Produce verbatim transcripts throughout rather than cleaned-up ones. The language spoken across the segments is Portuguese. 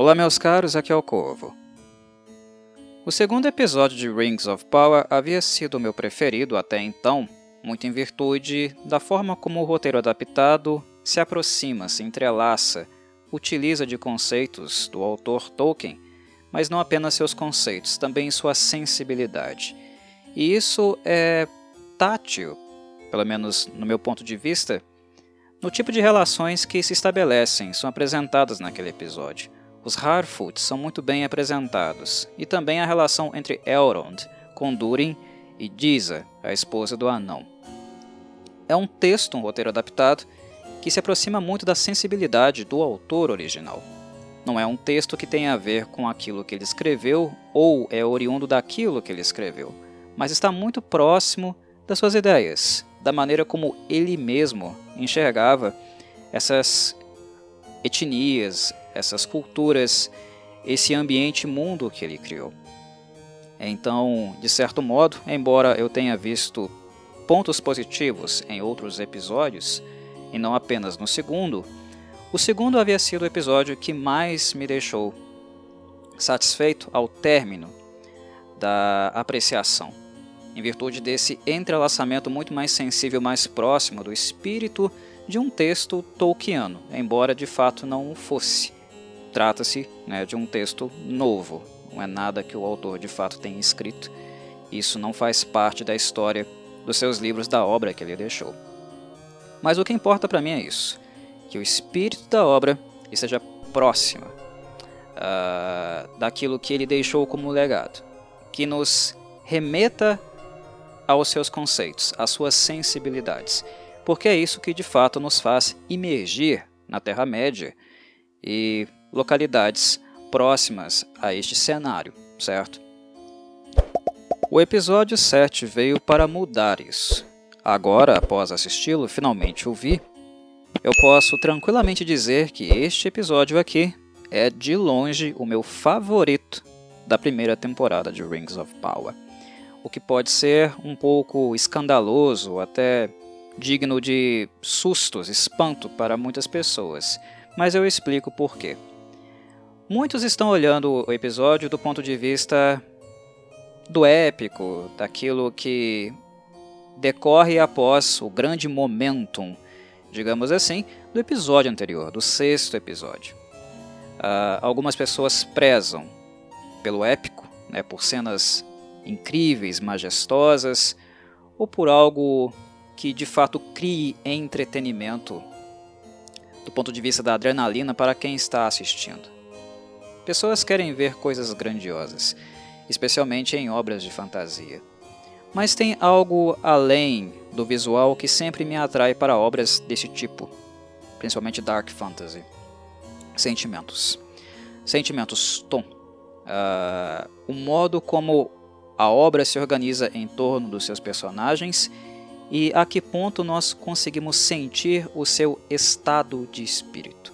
Olá meus caros, aqui é o Corvo. O segundo episódio de Rings of Power havia sido o meu preferido até então, muito em virtude da forma como o roteiro adaptado se aproxima, se entrelaça, utiliza de conceitos do autor Tolkien, mas não apenas seus conceitos, também sua sensibilidade. E isso é tátil, pelo menos no meu ponto de vista, no tipo de relações que se estabelecem, são apresentadas naquele episódio. Os Harfoot são muito bem apresentados, e também a relação entre Elrond com Durin e Disa, a esposa do anão. É um texto, um roteiro adaptado, que se aproxima muito da sensibilidade do autor original. Não é um texto que tem a ver com aquilo que ele escreveu ou é oriundo daquilo que ele escreveu, mas está muito próximo das suas ideias, da maneira como ele mesmo enxergava essas etnias, essas culturas, esse ambiente mundo que ele criou. Então, de certo modo, embora eu tenha visto pontos positivos em outros episódios, e não apenas no segundo, o segundo havia sido o episódio que mais me deixou satisfeito ao término da apreciação, em virtude desse entrelaçamento muito mais sensível, mais próximo do espírito de um texto tolkiano, embora de fato não o fosse. Trata-se, né, de um texto novo, não é nada que o autor de fato tenha escrito. Isso não faz parte da história dos seus livros, da obra que ele deixou. Mas o que importa para mim é isso, que o espírito da obra esteja próximo uh, daquilo que ele deixou como legado, que nos remeta aos seus conceitos, às suas sensibilidades, porque é isso que de fato nos faz imergir na Terra-média e localidades próximas a este cenário, certo? O episódio sete veio para mudar isso. Agora, após assisti-lo, finalmente o vi, eu posso tranquilamente dizer que este episódio aqui é de longe o meu favorito da primeira temporada de Rings of Power. O que pode ser um pouco escandaloso, até digno de sustos, espanto para muitas pessoas, mas eu explico por quê. Muitos estão olhando o episódio do ponto de vista do épico, daquilo que decorre após o grande momentum, digamos assim, do episódio anterior, do sexto episódio. Uh, algumas pessoas prezam pelo épico, né, por cenas incríveis, majestosas, ou por algo que de fato crie entretenimento do ponto de vista da adrenalina para quem está assistindo. Pessoas querem ver coisas grandiosas, especialmente em obras de fantasia. Mas tem algo além do visual que sempre me atrai para obras desse tipo, principalmente Dark Fantasy. Sentimentos. Sentimentos, tom. Uh, o modo como a obra se organiza em torno dos seus personagens e a que ponto nós conseguimos sentir o seu estado de espírito.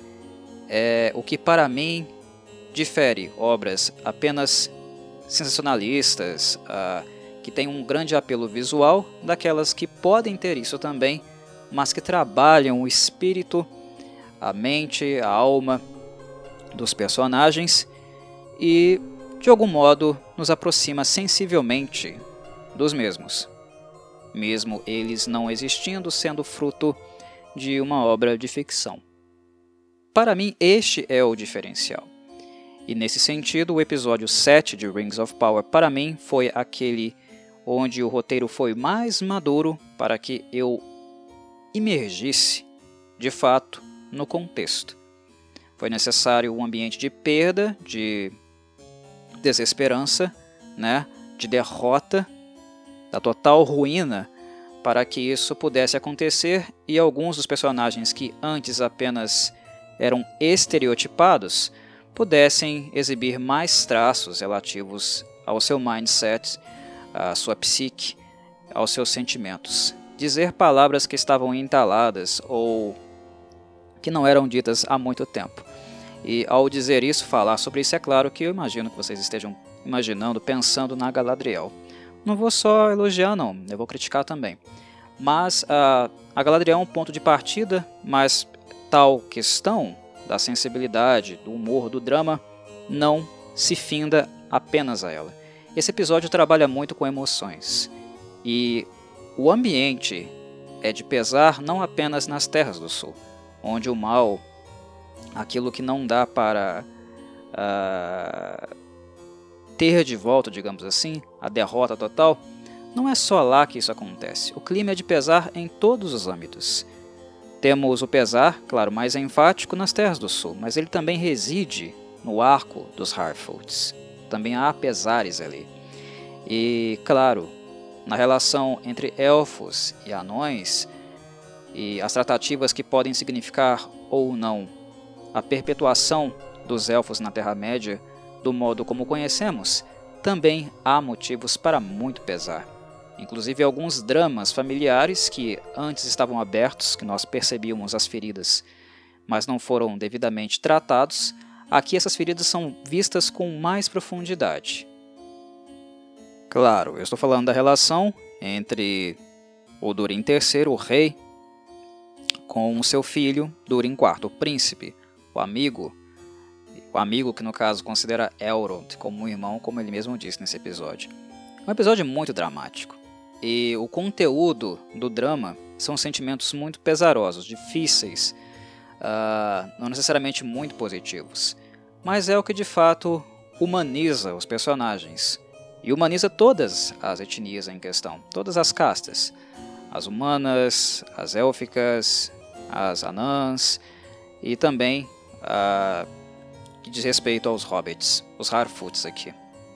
É o que para mim difere obras apenas sensacionalistas, uh, que têm um grande apelo visual, daquelas que podem ter isso também, mas que trabalham o espírito, a mente, a alma dos personagens e, de algum modo, nos aproxima sensivelmente dos mesmos, mesmo eles não existindo, sendo fruto de uma obra de ficção. Para mim, este é o diferencial. E nesse sentido, o episódio sete de Rings of Power, para mim, foi aquele onde o roteiro foi mais maduro para que eu imergisse, de fato, no contexto. Foi necessário um ambiente de perda, de desesperança, né, de derrota, da total ruína, para que isso pudesse acontecer e alguns dos personagens que antes apenas eram estereotipados pudessem exibir mais traços relativos ao seu mindset, à sua psique, aos seus sentimentos. Dizer palavras que estavam entaladas ou que não eram ditas há muito tempo. E ao dizer isso, falar sobre isso, é claro que eu imagino que vocês estejam imaginando, pensando na Galadriel. Não vou só elogiar não, eu vou criticar também. Mas a, a Galadriel é um ponto de partida, mas tal questão da sensibilidade, do humor, do drama, não se finda apenas a ela. Esse episódio trabalha muito com emoções, e o ambiente é de pesar não apenas nas Terras do Sul, onde o mal, aquilo que não dá para uh, ter de volta, digamos assim, a derrota total, não é só lá que isso acontece. O clima é de pesar em todos os âmbitos. Temos o pesar, claro, mais enfático nas Terras do Sul, mas ele também reside no arco dos Harfoots. Também há pesares ali. E, claro, na relação entre elfos e anões, e as tratativas que podem significar ou não a perpetuação dos elfos na Terra-média do modo como conhecemos, também há motivos para muito pesar. Inclusive alguns dramas familiares que antes estavam abertos, que nós percebíamos as feridas, mas não foram devidamente tratados, aqui essas feridas são vistas com mais profundidade. Claro, eu estou falando da relação entre o Durin terceiro, o rei, com o seu filho, Durin quarto, o príncipe, o amigo, o amigo que no caso considera Elrond como um irmão, como ele mesmo disse nesse episódio. É um episódio muito dramático, e o conteúdo do drama são sentimentos muito pesarosos, difíceis, uh, não necessariamente muito positivos, mas é o que de fato humaniza os personagens, e humaniza todas as etnias em questão, todas as castas, as humanas, as élficas, as anãs, e também a uh, que diz respeito aos hobbits, os Harfoots aqui.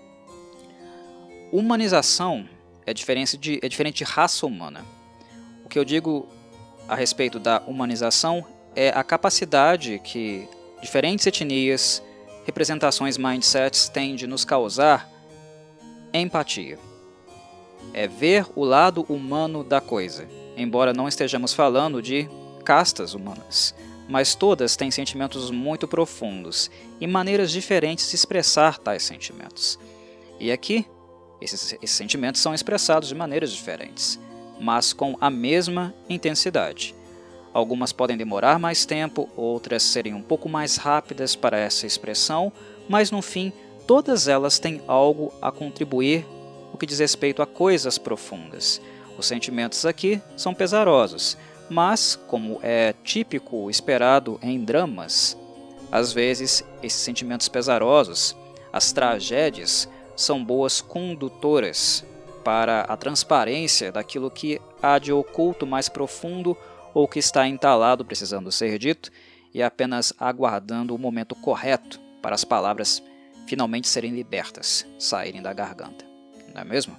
Humanização é diferente, de, é diferente de raça humana. O que eu digo a respeito da humanização é a capacidade que diferentes etnias, representações, mindsets têm de nos causar empatia. É ver o lado humano da coisa, embora não estejamos falando de castas humanas, mas todas têm sentimentos muito profundos e maneiras diferentes de expressar tais sentimentos. E aqui, esses, esses sentimentos são expressados de maneiras diferentes, mas com a mesma intensidade. Algumas podem demorar mais tempo, outras serem um pouco mais rápidas para essa expressão, mas no fim, todas elas têm algo a contribuir no que diz respeito a coisas profundas. Os sentimentos aqui são pesarosos, mas, como é típico esperado em dramas, às vezes esses sentimentos pesarosos, as tragédias, são boas condutoras para a transparência daquilo que há de oculto mais profundo ou que está entalado precisando ser dito e apenas aguardando o momento correto para as palavras finalmente serem libertas, saírem da garganta, não é mesmo?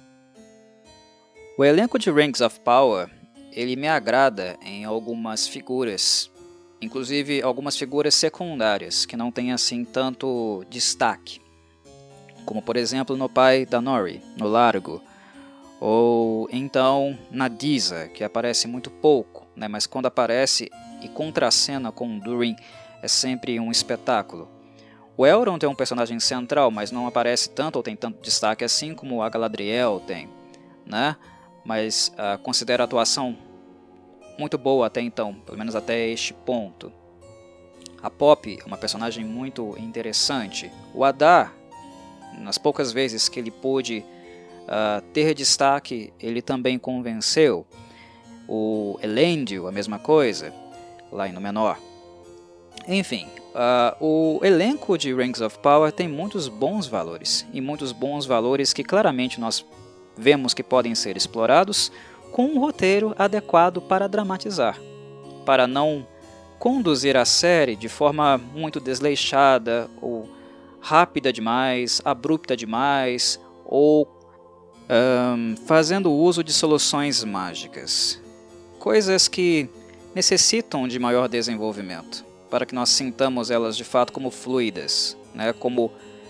O elenco de Rings of Power ele me agrada em algumas figuras, inclusive algumas figuras secundárias, que não têm assim tanto destaque, como por exemplo no pai da Nori, no Largo, ou então na Disa, que aparece muito pouco, né, mas quando aparece e contracena com Durin é sempre um espetáculo. O Elrond é um personagem central, mas não aparece tanto ou tem tanto destaque assim como a Galadriel tem, né? Mas uh, considero a atuação muito boa até então, pelo menos até este ponto. A Pop é uma personagem muito interessante. O Adar, nas poucas vezes que ele pôde uh, ter destaque, ele também convenceu. O Elendil, a mesma coisa, lá em Númenor. Enfim, uh, o elenco de Rings of Power tem muitos bons valores, e muitos bons valores que claramente nós vemos que podem ser explorados com um roteiro adequado para dramatizar, para não conduzir a série de forma muito desleixada, ou rápida demais, abrupta demais, ou um, fazendo uso de soluções mágicas. Coisas que necessitam de maior desenvolvimento, para que nós sintamos elas de fato como fluidas, né? Como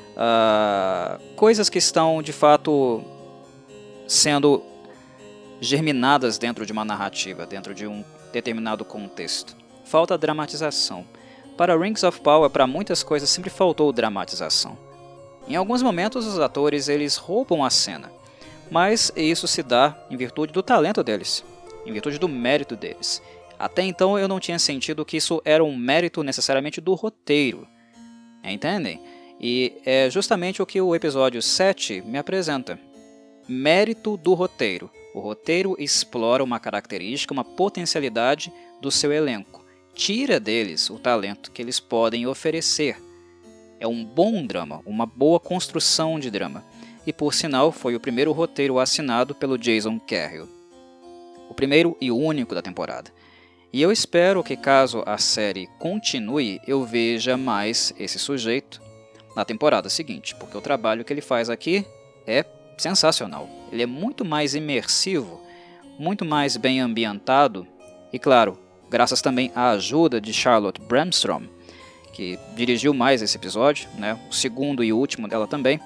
uh, coisas que estão de fato sendo germinadas dentro de uma narrativa, dentro de um determinado contexto. Falta dramatização. Para Rings of Power, para muitas coisas, sempre faltou dramatização. Em alguns momentos, os atores eles roubam a cena, mas isso se dá em virtude do talento deles, em virtude do mérito deles. Até então eu não tinha sentido que isso era um mérito necessariamente do roteiro, entendem? E é justamente o que o episódio sete me apresenta. Mérito do roteiro. O roteiro explora uma característica, uma potencialidade do seu elenco. Tira deles o talento que eles podem oferecer. É um bom drama, uma boa construção de drama. E por sinal, foi o primeiro roteiro assinado pelo Jason Carroll. O primeiro e único da temporada. E eu espero que, caso a série continue, eu veja mais esse sujeito na temporada seguinte, porque o trabalho que ele faz aqui é sensacional. Ele é muito mais imersivo, muito mais bem ambientado e, claro, graças também à ajuda de Charlotte Bramstrom, que dirigiu mais esse episódio, né, o segundo e último dela também.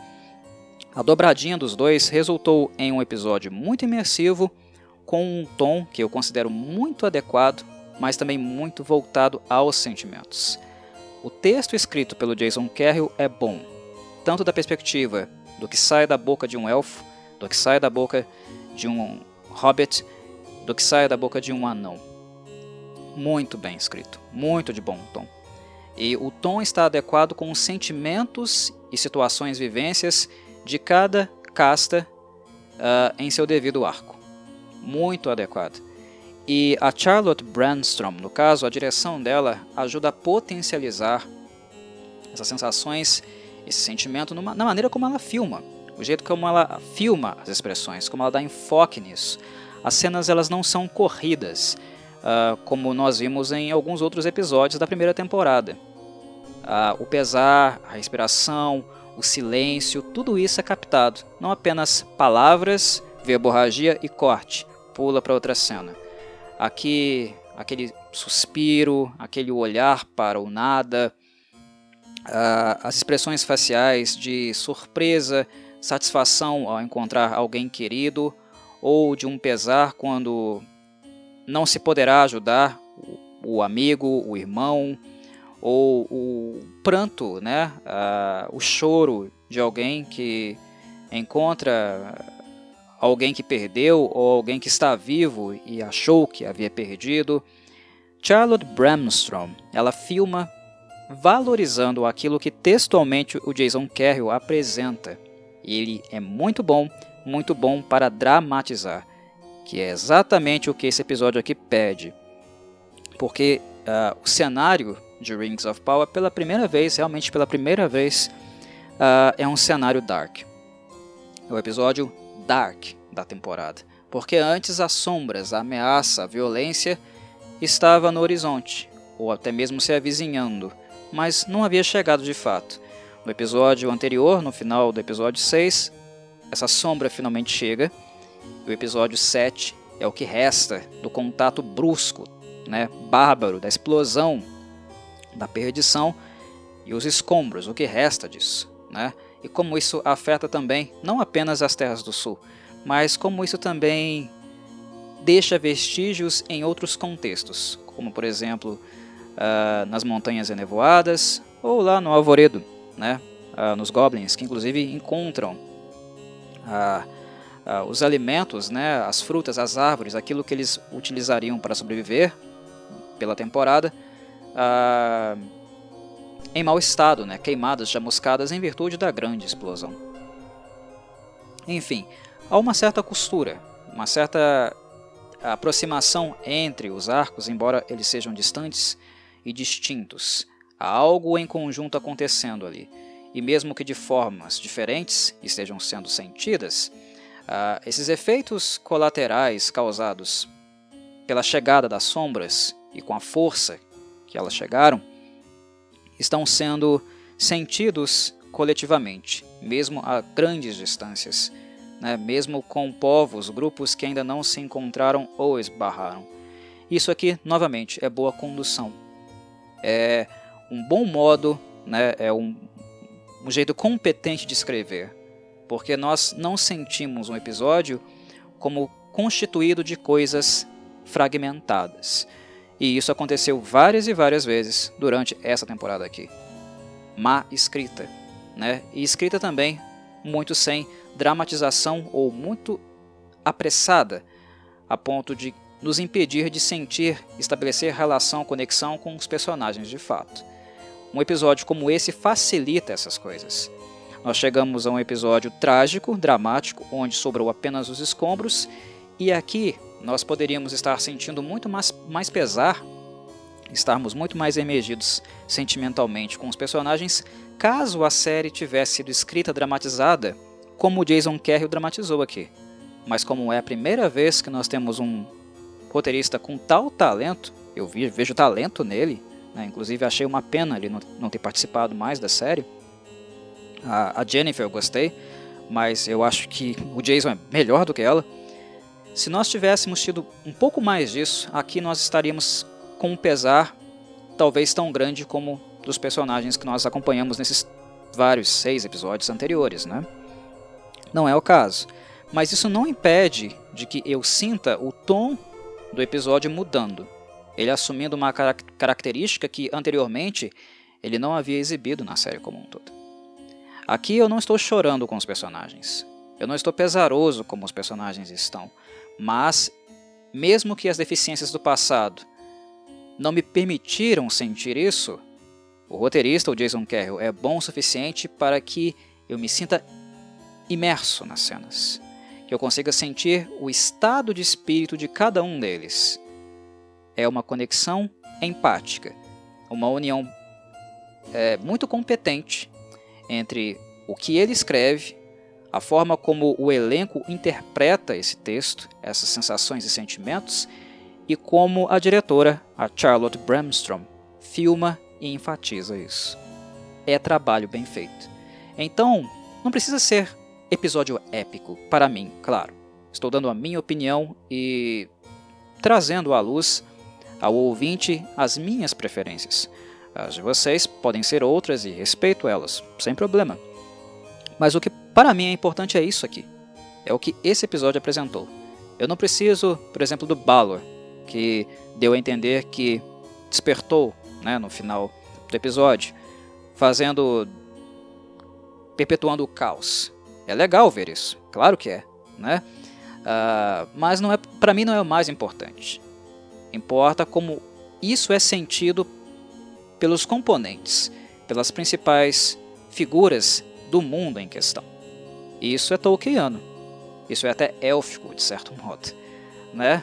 A dobradinha dos dois resultou em um episódio muito imersivo, com um tom que eu considero muito adequado, mas também muito voltado aos sentimentos. O texto escrito pelo Jason Carroll é bom, tanto da perspectiva do que sai da boca de um elfo, do que sai da boca de um hobbit, do que sai da boca de um anão. Muito bem escrito, muito de bom tom. E o tom está adequado com os sentimentos e situações, vivências de cada casta uh, em seu devido arco. Muito adequado. E a Charlotte Bramstrom, no caso, a direção dela ajuda a potencializar essas sensações, esse sentimento numa, na maneira como ela filma, o jeito como ela filma as expressões, como ela dá enfoque nisso. As cenas elas não são corridas, uh, como nós vimos em alguns outros episódios da primeira temporada. Uh, o pesar, a respiração, o silêncio, tudo isso é captado, não apenas palavras, verborragia e corte, pula para outra cena. Aqui, aquele suspiro, aquele olhar para o nada, uh, as expressões faciais de surpresa, satisfação ao encontrar alguém querido, ou de um pesar quando não se poderá ajudar o, o amigo, o irmão, ou o pranto, né? uh, o choro de alguém que encontra alguém que perdeu ou alguém que está vivo e achou que havia perdido. Charlotte Bramstrom, ela filma valorizando aquilo que textualmente o Jason Carroll apresenta. Ele é muito bom, muito bom para dramatizar, que é exatamente o que esse episódio aqui pede. Porque uh, o cenário de Rings of Power, pela primeira vez, realmente pela primeira vez, uh, é um cenário dark. É o episódio dark da temporada, porque antes as sombras, a ameaça, a violência estava no horizonte, ou até mesmo se avizinhando, mas não havia chegado de fato. No episódio anterior, no final do episódio seis, essa sombra finalmente chega, e o episódio sete é o que resta do contato brusco, né, bárbaro, da explosão, da perdição e os escombros, o que resta disso, né? E como isso afeta também não apenas as Terras do Sul, mas como isso também deixa vestígios em outros contextos, como por exemplo uh, nas Montanhas Enevoadas ou lá no Alvoredo, né? uh, nos Goblins, que inclusive encontram uh, uh, os alimentos, né? As frutas, as árvores, aquilo que eles utilizariam para sobreviver pela temporada, uh, em mau estado, né? Queimadas, chamuscadas em virtude da grande explosão. Enfim, há uma certa costura, uma certa aproximação entre os arcos, embora eles sejam distantes e distintos. Há algo em conjunto acontecendo ali. E mesmo que de formas diferentes estejam sendo sentidas, uh, esses efeitos colaterais causados pela chegada das sombras e com a força que elas chegaram, estão sendo sentidos coletivamente, mesmo a grandes distâncias, né? Mesmo com povos, grupos que ainda não se encontraram ou esbarraram. Isso aqui, novamente, é boa condução. É um bom modo, né? É um, um jeito competente de escrever, porque nós não sentimos um episódio como constituído de coisas fragmentadas. E isso aconteceu várias e várias vezes durante essa temporada aqui. Má escrita, né? E escrita também muito sem dramatização ou muito apressada, a ponto de nos impedir de sentir, estabelecer relação, conexão com os personagens de fato. Um episódio como esse facilita essas coisas. Nós chegamos a um episódio trágico, dramático, onde sobrou apenas os escombros, e aqui nós poderíamos estar sentindo muito mais, mais pesar, estarmos muito mais emergidos sentimentalmente com os personagens, caso a série tivesse sido escrita dramatizada, como o Jason Kerr dramatizou aqui. Mas como é a primeira vez que nós temos um roteirista com tal talento, eu vejo talento nele, né? Inclusive achei uma pena ele não, não ter participado mais da série. A, a Jennifer eu gostei, mas eu acho que o Jason é melhor do que ela. Se nós tivéssemos tido um pouco mais disso, aqui nós estaríamos com um pesar talvez tão grande como dos personagens que nós acompanhamos nesses vários seis episódios anteriores, né? Não é o caso. Mas isso não impede de que eu sinta o tom do episódio mudando. Ele assumindo uma característica que anteriormente ele não havia exibido na série como um todo. Aqui eu não estou chorando com os personagens. Eu não estou pesaroso como os personagens estão. Mas, mesmo que as deficiências do passado não me permitiram sentir isso, o roteirista, o Jason Kerr, é bom o suficiente para que eu me sinta imerso nas cenas. Que eu consiga sentir o estado de espírito de cada um deles. É uma conexão empática. Uma união é, muito competente entre o que ele escreve, a forma como o elenco interpreta esse texto, essas sensações e sentimentos, e como a diretora, a Charlotte Bramstrom, filma e enfatiza isso. É trabalho bem feito. Então, não precisa ser episódio épico, para mim, claro. Estou dando a minha opinião e trazendo à luz ao ouvinte as minhas preferências. As de vocês podem ser outras e respeito elas, sem problema. Mas o que para mim é importante é isso aqui. É o que esse episódio apresentou. Eu não preciso, por exemplo, do Balor, que deu a entender que despertou, né, no final do episódio, fazendo, perpetuando o caos. É legal ver isso, claro que é, né? Uh, mas não é, para mim não é o mais importante. Importa como isso é sentido pelos componentes, pelas principais figuras do mundo em questão. Isso é tolkiano. Isso é até élfico, de certo modo, né?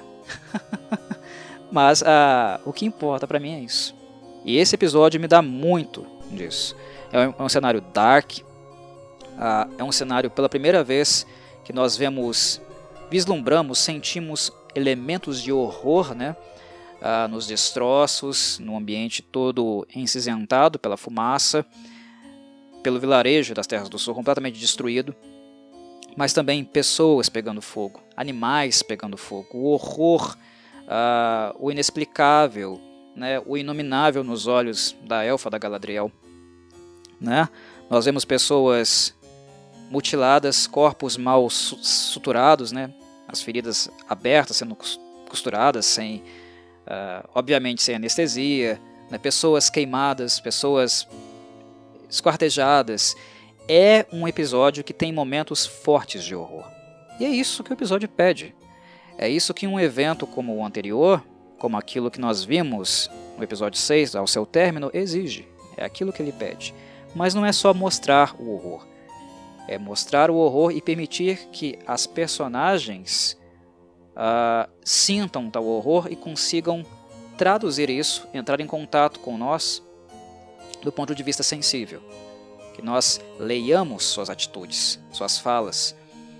Mas uh, o que importa para mim é isso. E esse episódio me dá muito disso. É um, é um cenário dark. Uh, é um cenário, pela primeira vez, que nós vemos, vislumbramos, sentimos elementos de horror, né? Uh, nos destroços, no ambiente todo encinzentado pela fumaça, pelo vilarejo das Terras do Sul completamente destruído, mas também pessoas pegando fogo, animais pegando fogo, o horror, uh, o inexplicável, né, o inominável nos olhos da elfa da Galadriel. Né? Nós vemos pessoas mutiladas, corpos mal suturados, né, as feridas abertas sendo costuradas, sem, uh, obviamente sem anestesia, né, pessoas queimadas, pessoas esquartejadas. É um episódio que tem momentos fortes de horror. E é isso que o episódio pede. É isso que um evento como o anterior, como aquilo que nós vimos no episódio seis, ao seu término, exige. É aquilo que ele pede. Mas não é só mostrar o horror. É mostrar o horror e permitir que as personagens uh, sintam tal horror e consigam traduzir isso, entrar em contato com nós do ponto de vista sensível. Que nós leiamos suas atitudes, suas falas,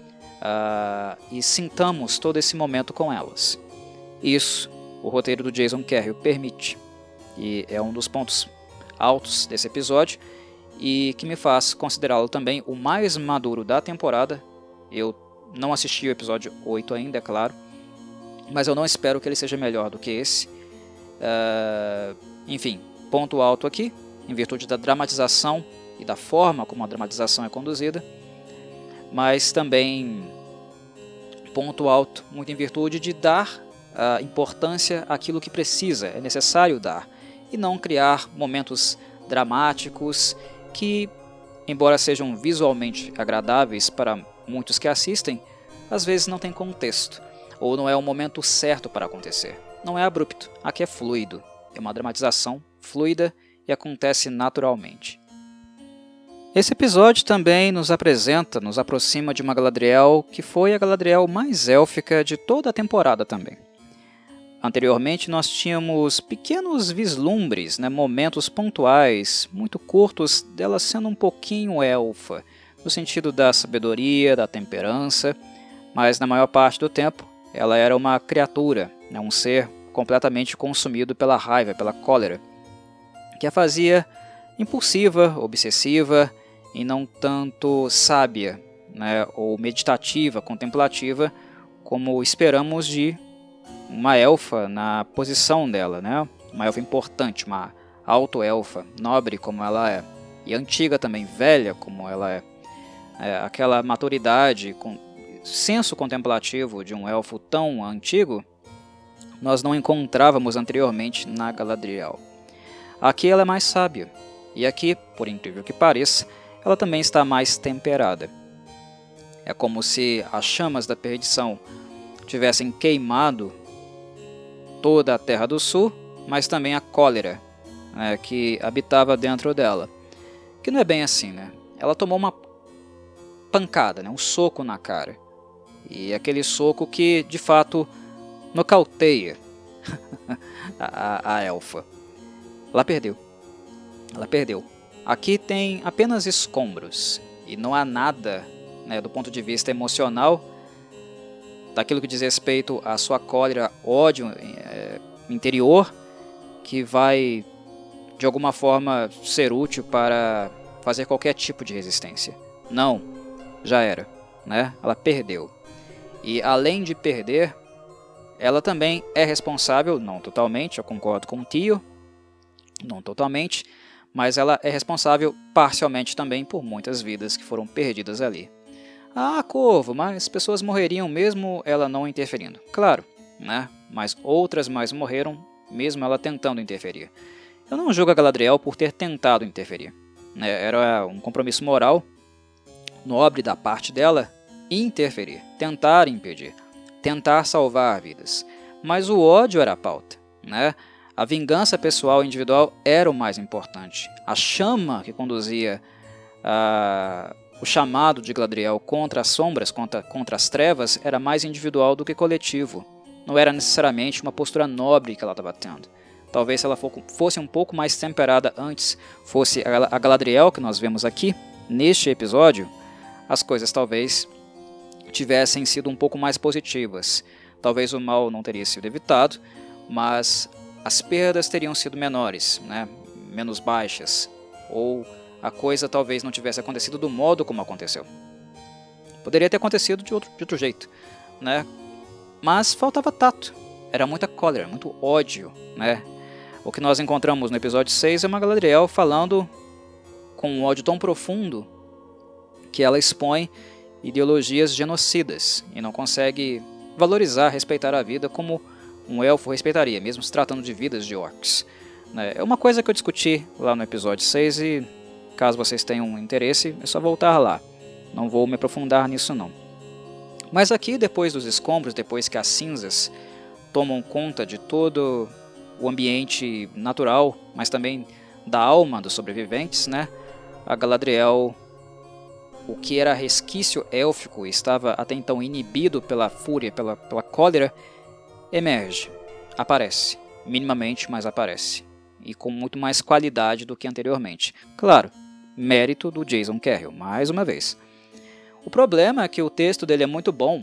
uh, e sintamos todo esse momento com elas. Isso o roteiro do Jason Kerr permite, e é um dos pontos altos desse episódio, e que me faz considerá-lo também o mais maduro da temporada. Eu não assisti o episódio oito ainda, é claro, mas eu não espero que ele seja melhor do que esse. Uh, enfim, ponto alto aqui, em virtude da dramatização e da forma como a dramatização é conduzida, mas também ponto alto muito em virtude de dar a importância àquilo que precisa, é necessário dar, e não criar momentos dramáticos que, embora sejam visualmente agradáveis para muitos que assistem, às vezes não tem contexto. ou não é o momento certo para acontecer. Não é abrupto, aqui é fluido, é uma dramatização fluida e acontece naturalmente. Esse episódio também nos apresenta, nos aproxima de uma Galadriel que foi a Galadriel mais élfica de toda a temporada também. Anteriormente nós tínhamos pequenos vislumbres, né, momentos pontuais, muito curtos, dela sendo um pouquinho elfa, no sentido da sabedoria, da temperança, mas na maior parte do tempo ela era uma criatura, né, um ser completamente consumido pela raiva, pela cólera, que a fazia impulsiva, obsessiva e não tanto sábia, né, ou meditativa, contemplativa, como esperamos de uma elfa na posição dela, né? Uma elfa importante, uma alto-elfa, nobre como ela é, e antiga também, velha como ela é. É aquela maturidade, com senso contemplativo de um elfo tão antigo, nós não encontrávamos anteriormente na Galadriel. Aqui ela é mais sábia, e aqui, por incrível que pareça, ela também está mais temperada. É como se as chamas da perdição tivessem queimado toda a Terra do Sul, mas também a cólera, né, que habitava dentro dela. Que não é bem assim, né? Ela tomou uma pancada, né, um soco na cara. E aquele soco que, de fato, nocauteia a, a, a elfa. Ela perdeu. Ela perdeu. Aqui tem apenas escombros, e não há nada, né, do ponto de vista emocional, daquilo que diz respeito à sua cólera, ódio é, interior, que vai, de alguma forma, ser útil para fazer qualquer tipo de resistência. Não, já era, né? Ela perdeu. E além de perder, ela também é responsável, não totalmente, eu concordo com o tio, não totalmente, mas ela é responsável parcialmente também por muitas vidas que foram perdidas ali. Ah, Corvo, mas pessoas morreriam mesmo ela não interferindo. Claro, né? Mas outras mais morreram mesmo ela tentando interferir. Eu não julgo a Galadriel por ter tentado interferir. Era um compromisso moral, nobre da parte dela, interferir, tentar impedir, tentar salvar vidas. Mas o ódio era a pauta, né? A vingança pessoal e individual era o mais importante. A chama que conduzia a... o chamado de Galadriel contra as sombras, contra, contra as trevas, era mais individual do que coletivo. Não era necessariamente uma postura nobre que ela estava tendo. Talvez se ela fosse um pouco mais temperada antes, fosse a Galadriel que nós vemos aqui, neste episódio, as coisas talvez tivessem sido um pouco mais positivas. Talvez o mal não teria sido evitado, mas as perdas teriam sido menores, né? Menos baixas, ou a coisa talvez não tivesse acontecido do modo como aconteceu. Poderia ter acontecido de outro, de outro jeito, né? Mas faltava tato, era muita cólera, muito ódio, né? O que nós encontramos no episódio seis é uma Galadriel falando com um ódio tão profundo que ela expõe ideologias genocidas e não consegue valorizar, respeitar a vida como um elfo respeitaria, mesmo se tratando de vidas de orcs. É uma coisa que eu discuti lá no episódio seis e, caso vocês tenham interesse, é só voltar lá. Não vou me aprofundar nisso não. Mas aqui, depois dos escombros, depois que as cinzas tomam conta de todo o ambiente natural, mas também da alma dos sobreviventes, né? A Galadriel, o que era resquício élfico e estava até então inibido pela fúria, pela, pela cólera, emerge, aparece, minimamente, mas aparece, e com muito mais qualidade do que anteriormente. Claro, mérito do Jason Carroll, mais uma vez. O problema é que o texto dele é muito bom,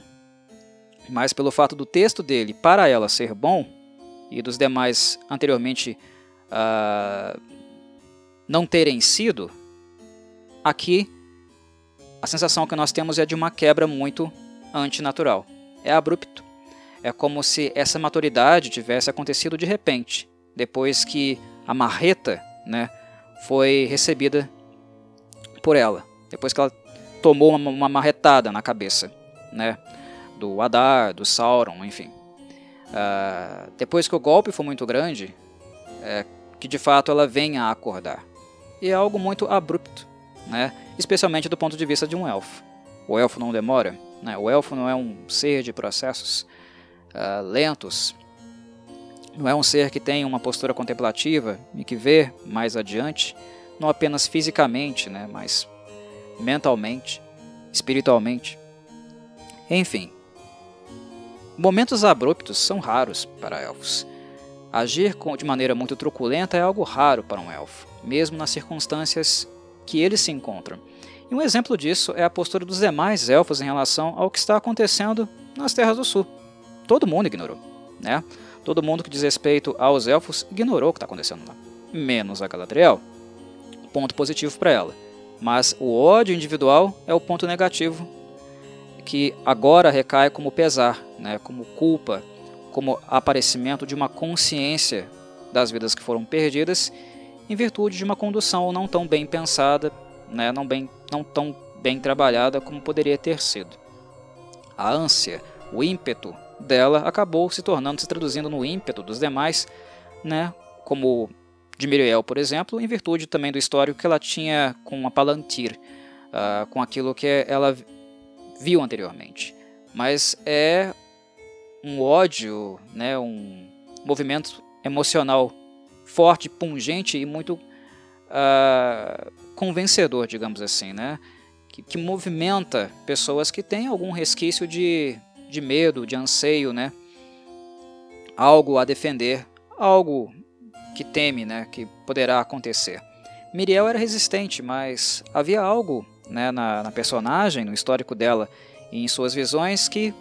mas pelo fato do texto dele para ela ser bom, e dos demais anteriormente uh, não terem sido, aqui a sensação que nós temos é de uma quebra muito antinatural. É abrupto. É como se essa maturidade tivesse acontecido de repente, depois que a marreta, né, foi recebida por ela, depois que ela tomou uma, uma marretada na cabeça, né, do Adar, do Sauron, enfim. Uh, depois que o golpe foi muito grande, é, que de fato ela venha a acordar. E é algo muito abrupto, né, especialmente do ponto de vista de um elfo. O elfo não demora, né, o elfo não é um ser de processos. uh, lentos. Não é um ser que tem uma postura contemplativa e que vê mais adiante, não apenas fisicamente, né, mas mentalmente, espiritualmente. Enfim, momentos abruptos são raros para elfos. Agir de maneira muito truculenta é algo raro para um elfo, mesmo nas circunstâncias que eles se encontram. E um exemplo disso é a postura dos demais elfos em relação ao que está acontecendo nas Terras do Sul. Todo mundo ignorou, né? Todo mundo que diz respeito aos elfos ignorou o que está acontecendo lá, menos a Galadriel. Ponto positivo para ela. Mas o ódio individual é o ponto negativo, que agora recai como pesar, né? Como culpa, como aparecimento de uma consciência das vidas que foram perdidas em virtude de uma condução não tão bem pensada, né? não, bem, não tão bem trabalhada como poderia ter sido. A ânsia, o ímpeto dela acabou se tornando, se traduzindo no ímpeto dos demais, né? Como de Míriel, por exemplo, em virtude também do histórico que ela tinha com a Palantir, uh, com aquilo que ela viu anteriormente. Mas é um ódio, né? Um movimento emocional forte, pungente e muito uh, convencedor, digamos assim, né? Que, que movimenta pessoas que têm algum resquício de, de medo, de anseio, né? Algo a defender, algo que teme, né? Que poderá acontecer. Míriel era resistente, mas havia algo, né, na, na personagem, no histórico dela e em suas visões que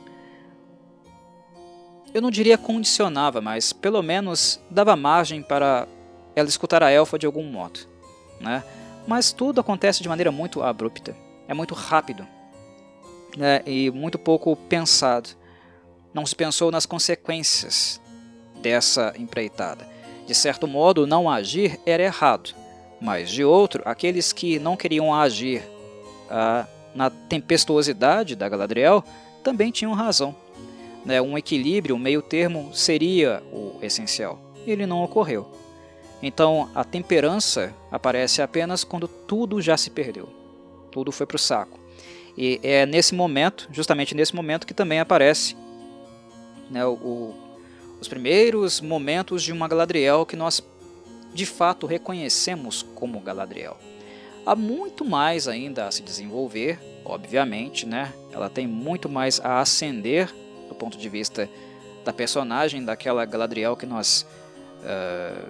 eu não diria condicionava, mas pelo menos dava margem para ela escutar a elfa de algum modo, né? Mas tudo acontece de maneira muito abrupta, é muito rápido, né? E muito pouco pensado. Não se pensou nas consequências dessa empreitada. De certo modo, não agir era errado, mas de outro, aqueles que não queriam agir ah, na tempestuosidade da Galadriel também tinham razão. Um equilíbrio, um meio termo seria o essencial. Ele não ocorreu. Então a temperança aparece apenas quando tudo já se perdeu. Tudo foi para o saco. E é nesse momento, justamente nesse momento, que também aparece, né, o, os primeiros momentos de uma Galadriel que nós de fato reconhecemos como Galadriel. Há muito mais ainda a se desenvolver, obviamente, né? Ela tem muito mais a ascender do ponto de vista da personagem, daquela Galadriel que nós uh,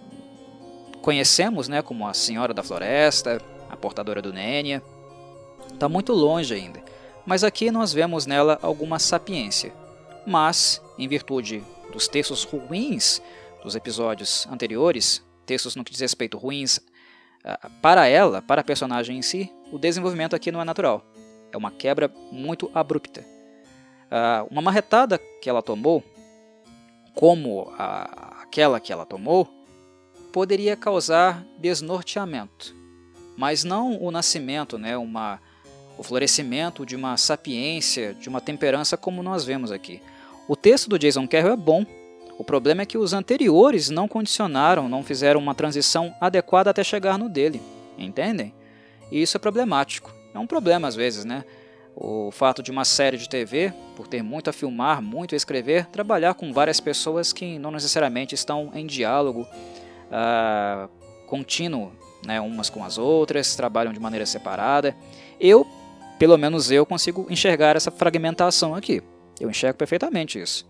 conhecemos, né, como a Senhora da Floresta, a portadora do Nenya. Está muito longe ainda, mas aqui nós vemos nela alguma sapiência. Mas, em virtude dos textos ruins dos episódios anteriores, textos no que diz respeito ruins uh, para ela, para a personagem em si, o desenvolvimento aqui não é natural. É uma quebra muito abrupta. Uh, uma marretada que ela tomou, como a, aquela que ela tomou, poderia causar desnorteamento, mas não o nascimento, né, uma, o florescimento de uma sapiência, de uma temperança como nós vemos aqui. O texto do Jason Carroll é bom, o problema é que os anteriores não condicionaram, não fizeram uma transição adequada até chegar no dele, entendem? E isso é problemático, é um problema às vezes, né? O fato de uma série de T V, por ter muito a filmar, muito a escrever, trabalhar com várias pessoas que não necessariamente estão em diálogo uh, contínuo, né, umas com as outras, trabalham de maneira separada. Eu, pelo menos eu, consigo enxergar essa fragmentação aqui. Eu enxergo perfeitamente isso.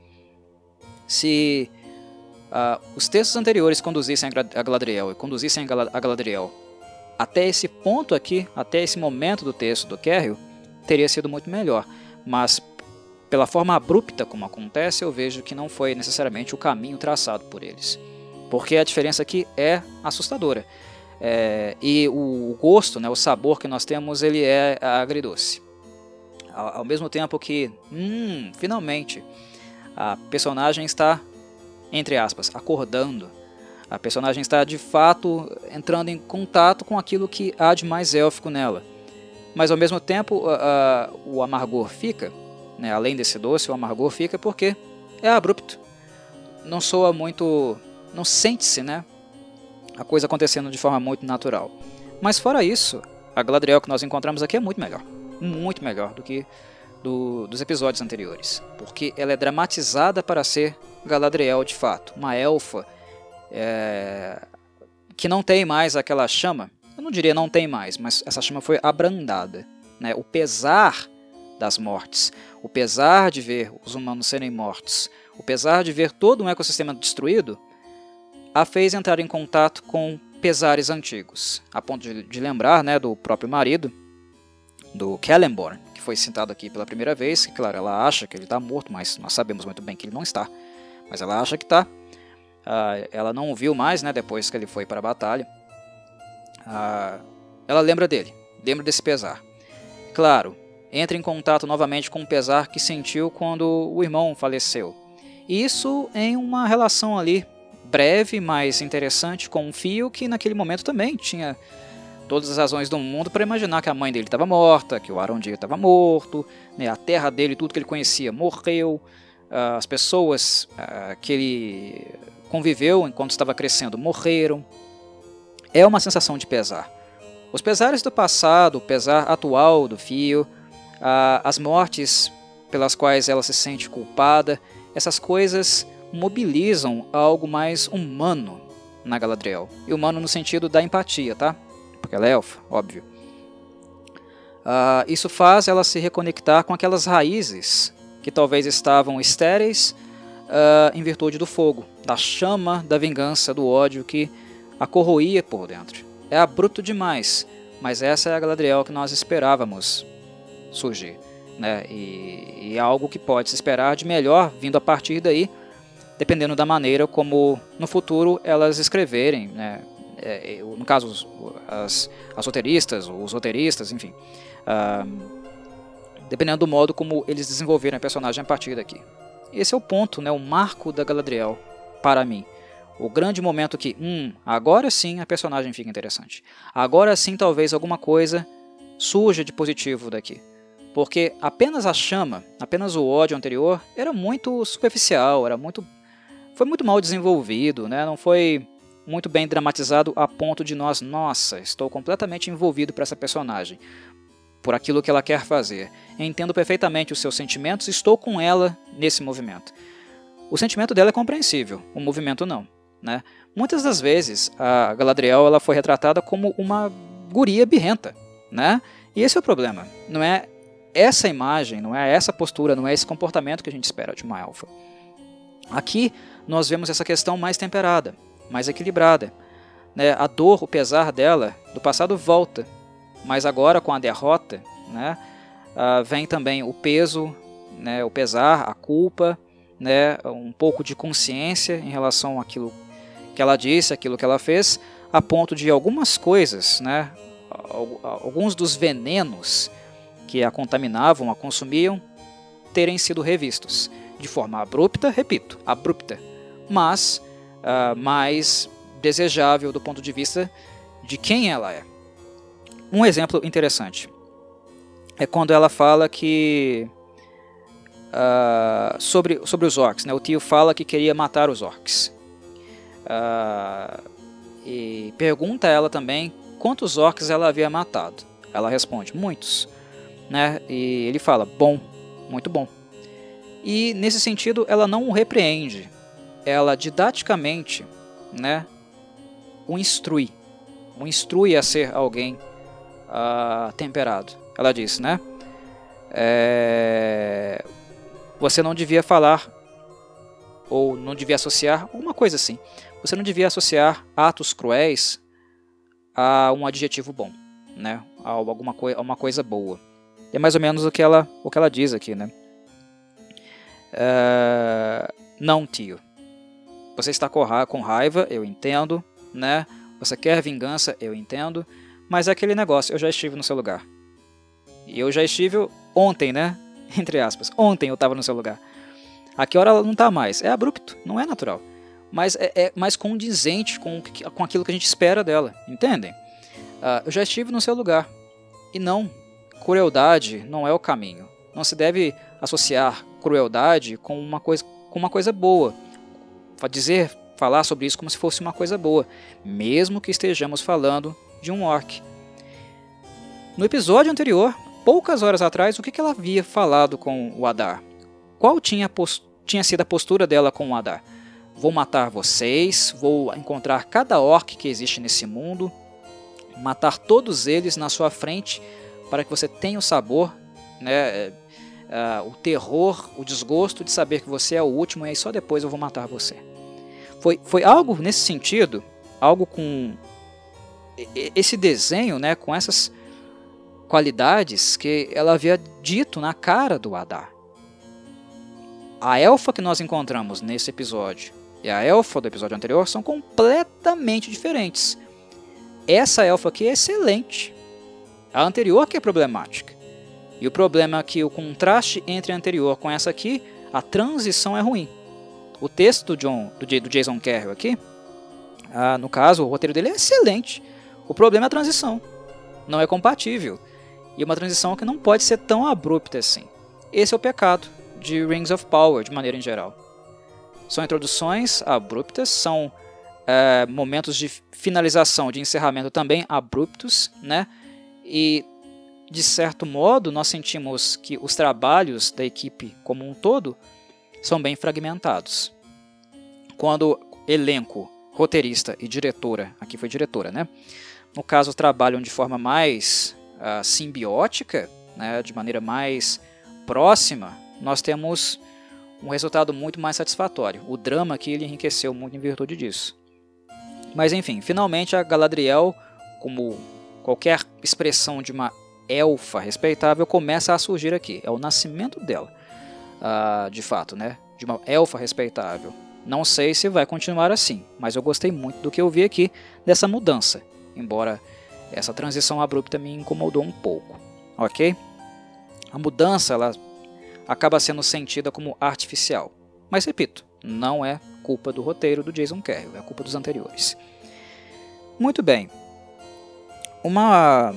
Se uh, os textos anteriores conduzissem a Galadriel e conduzissem a Galadriel até esse ponto aqui, até esse momento do texto do Carroll, teria sido muito melhor, mas pela forma abrupta como acontece, eu vejo que não foi necessariamente o caminho traçado por eles, porque a diferença aqui é assustadora, é, e o gosto, né, o sabor que nós temos, ele é agridoce, ao, ao mesmo tempo que, hum, finalmente, a personagem está, entre aspas, acordando, a personagem está de fato entrando em contato com aquilo que há de mais élfico nela. Mas ao mesmo tempo uh, uh, o amargor fica, né, além desse doce, o amargor fica porque é abrupto. Não soa muito, não sente-se, né, a coisa acontecendo de forma muito natural. Mas fora isso, a Galadriel que nós encontramos aqui é muito melhor. Muito melhor do que do, dos episódios anteriores, porque ela é dramatizada para ser Galadriel de fato, uma elfa é, que não tem mais aquela chama. Eu não diria não tem mais, mas essa chama foi abrandada, né? O pesar das mortes, o pesar de ver os humanos serem mortos, o pesar de ver todo um ecossistema destruído, a fez entrar em contato com pesares antigos, a ponto de, de lembrar, né, do próprio marido, do Celeborn, que foi citado aqui pela primeira vez, que claro, ela acha que ele está morto, mas nós sabemos muito bem que ele não está, mas ela acha que está. Uh, ela não o viu mais, né, depois que ele foi para a batalha. Uh, ela lembra dele, lembra desse pesar. Claro, entra em contato novamente com o pesar que sentiu quando o irmão faleceu. Isso em uma relação ali breve, mas interessante, com um fio que naquele momento também tinha todas as razões do mundo para imaginar que a mãe dele estava morta, que o Arondir estava morto, né, a terra dele, tudo que ele conhecia, morreu, as pessoas que ele conviveu enquanto estava crescendo morreram. É uma sensação de pesar. Os pesares do passado, o pesar atual do fio, as mortes pelas quais ela se sente culpada, essas coisas mobilizam algo mais humano na Galadriel. E humano no sentido da empatia, tá? Porque ela é elfa, óbvio. Uh, isso faz ela se reconectar com aquelas raízes que talvez estavam estéreis uh, em virtude do fogo, da chama da vingança, do ódio que a corroía por dentro. É abrupto demais, mas essa é a Galadriel que nós esperávamos surgir, né? E, e é algo que pode se esperar de melhor vindo a partir daí, dependendo da maneira como no futuro elas escreverem, né? É, no caso, as, as roteiristas, os roteiristas, enfim, uh, dependendo do modo como eles desenvolverem a personagem a partir daqui. Esse é o ponto, né? O marco da Galadriel, para mim. O grande momento que, hum, agora sim a personagem fica interessante. Agora sim talvez alguma coisa surja de positivo daqui. Porque apenas a chama, apenas o ódio anterior, era muito superficial, era muito, foi muito mal desenvolvido, né? Não foi muito bem dramatizado a ponto de nós, nossa, estou completamente envolvido por essa personagem, por aquilo que ela quer fazer. Entendo perfeitamente os seus sentimentos, estou com ela nesse movimento. O sentimento dela é compreensível, o movimento não, né? Muitas das vezes a Galadriel ela foi retratada como uma guria birrenta, né? E esse é o problema, não é essa imagem, não é essa postura, não é esse comportamento que a gente espera de uma elfa. Aqui nós vemos essa questão mais temperada, mais equilibrada, né? A dor, o pesar dela do passado volta, mas agora com a derrota, né, uh, vem também o peso, né, o pesar, a culpa, né, um pouco de consciência em relação àquilo que ela disse, aquilo que ela fez, a ponto de algumas coisas, né, alguns dos venenos que a contaminavam, a consumiam, terem sido revistos de forma abrupta, repito, abrupta, mas uh, mais desejável do ponto de vista de quem ela é. Um exemplo interessante é quando ela fala que uh, sobre, sobre os orcs, né? O tio fala que queria matar os orcs uh, e pergunta a ela também quantos orcs ela havia matado. Ela responde, muitos, né? E ele fala, bom, muito bom. E nesse sentido ela não o repreende, ela didaticamente, né, o instrui, o instrui a ser alguém uh, temperado. Ela diz, né, é, você não devia falar, ou não devia associar, alguma coisa assim, você não devia associar atos cruéis a um adjetivo bom, né, a alguma coi a uma coisa boa. É mais ou menos o que ela, o que ela diz aqui, né. Uh, não, tio. Você está com, ra com raiva, eu entendo, né? Você quer vingança, eu entendo, mas é aquele negócio, eu já estive no seu lugar. E eu já estive ontem, né? Entre aspas, ontem eu estava no seu lugar. A que hora ela não está mais? É abrupto, não é natural. Mas é, é mais condizente com, com aquilo que a gente espera dela, entendem? Uh, eu já estive no seu lugar. E não, crueldade não é o caminho. Não se deve associar crueldade com uma coisa, com uma coisa boa. Dizer, falar sobre isso como se fosse uma coisa boa, mesmo que estejamos falando de um orc. No episódio anterior, poucas horas atrás, o que, que ela havia falado com o Adar? Qual tinha, tinha sido a postura dela com o Adar? Vou matar vocês, vou encontrar cada orc que existe nesse mundo, matar todos eles na sua frente, para que você tenha o sabor, né, uh, o terror, o desgosto de saber que você é o último, e aí só depois eu vou matar você. Foi, foi algo nesse sentido, algo com esse desenho, né, com essas qualidades que ela havia dito na cara do Adar. A elfa que nós encontramos nesse episódio e a elfa do episódio anterior são completamente diferentes. Essa elfa aqui é excelente. A anterior que é problemática. E o problema é que o contraste entre a anterior com essa aqui, a transição é ruim. O texto do, John, do, do Jason Carroll aqui, ah, no caso, o roteiro dele é excelente. O problema é a transição. Não é compatível. E uma transição que não pode ser tão abrupta assim. Esse é o pecado de Rings of Power, de maneira em geral. São introduções abruptas, são é, momentos de finalização, de encerramento também abruptos, né? E, de certo modo, nós sentimos que os trabalhos da equipe como um todo são bem fragmentados. Quando elenco, roteirista e diretora, aqui foi diretora, né? No caso, trabalham de forma mais uh, simbiótica, né? De maneira mais próxima, nós temos um resultado muito mais satisfatório. O drama aqui ele enriqueceu muito em virtude disso. Mas enfim, finalmente a Galadriel, como qualquer expressão de uma elfa respeitável, começa a surgir aqui. É o nascimento dela, uh, de fato, né? De uma elfa respeitável. Não sei se vai continuar assim, mas eu gostei muito do que eu vi aqui dessa mudança. Embora essa transição abrupta me incomodou um pouco. Ok? A mudança, ela acaba sendo sentida como artificial. Mas repito, não é culpa do roteiro do Jason Carroll, é culpa dos anteriores. Muito bem. Uma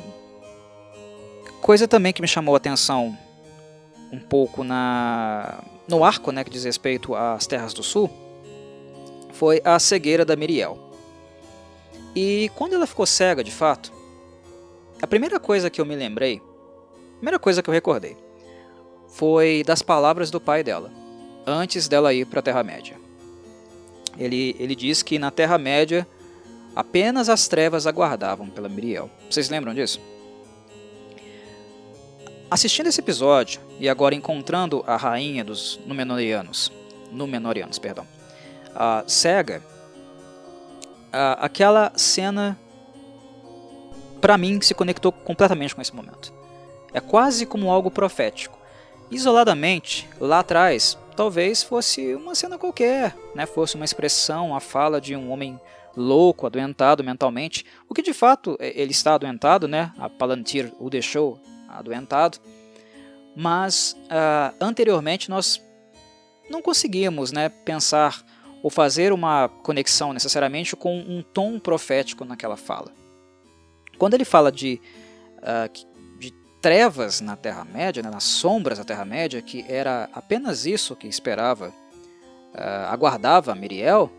coisa também que me chamou a atenção um pouco na, no arco, né, que diz respeito às Terras do Sul, foi a cegueira da Miriel. E quando ela ficou cega de fato, a primeira coisa que eu me lembrei, a primeira coisa que eu recordei, foi das palavras do pai dela, antes dela ir para a Terra-média. Ele, ele diz que na Terra-média apenas as trevas aguardavam pela Miriel. Vocês lembram disso? Assistindo esse episódio, e agora encontrando a rainha dos Númenóreanos, Númenóreanos, perdão, a cega, a, aquela cena, para mim, se conectou completamente com esse momento. É quase como algo profético. Isoladamente, lá atrás, talvez fosse uma cena qualquer, né? Fosse uma expressão, a fala de um homem louco, adoentado mentalmente, o que de fato ele está adoentado, né? A Palantir o deixou adoentado, mas uh, anteriormente nós não conseguíamos, né, pensar ou fazer uma conexão necessariamente com um tom profético naquela fala. Quando ele fala de uh, trevas na Terra-média, né, nas sombras da Terra-média, que era apenas isso que esperava, uh, aguardava a Miriel,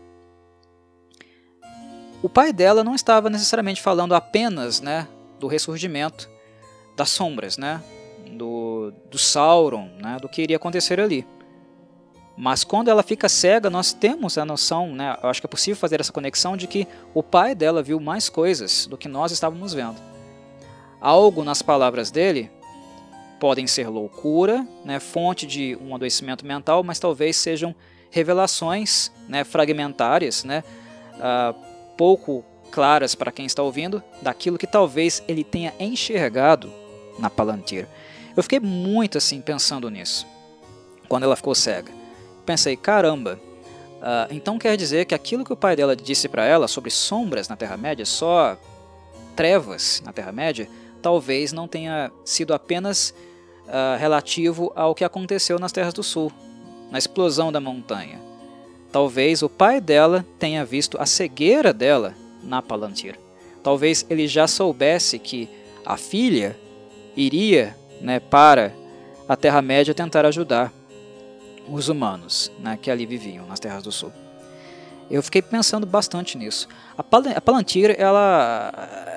o pai dela não estava necessariamente falando apenas, né, do ressurgimento das sombras, né, do, do Sauron, né, do que iria acontecer ali. Mas quando ela fica cega, nós temos a noção, né, eu acho que é possível fazer essa conexão de que o pai dela viu mais coisas do que nós estávamos vendo. Algo nas palavras dele podem ser loucura, né, fonte de um adoecimento mental, mas talvez sejam revelações, né, fragmentárias, né, uh, pouco claras para quem está ouvindo, daquilo que talvez ele tenha enxergado na Palantir. Eu fiquei muito assim pensando nisso, quando ela ficou cega. Pensei, caramba, uh, então quer dizer que aquilo que o pai dela disse para ela sobre sombras na Terra-média, só trevas na Terra-média, talvez não tenha sido apenas uh, relativo ao que aconteceu nas Terras do Sul, na explosão da montanha. Talvez o pai dela tenha visto a cegueira dela na Palantir. Talvez ele já soubesse que a filha iria, né, para a Terra-média tentar ajudar os humanos, né, que ali viviam nas Terras do Sul. Eu fiquei pensando bastante nisso. A, Pal a Palantir, ela...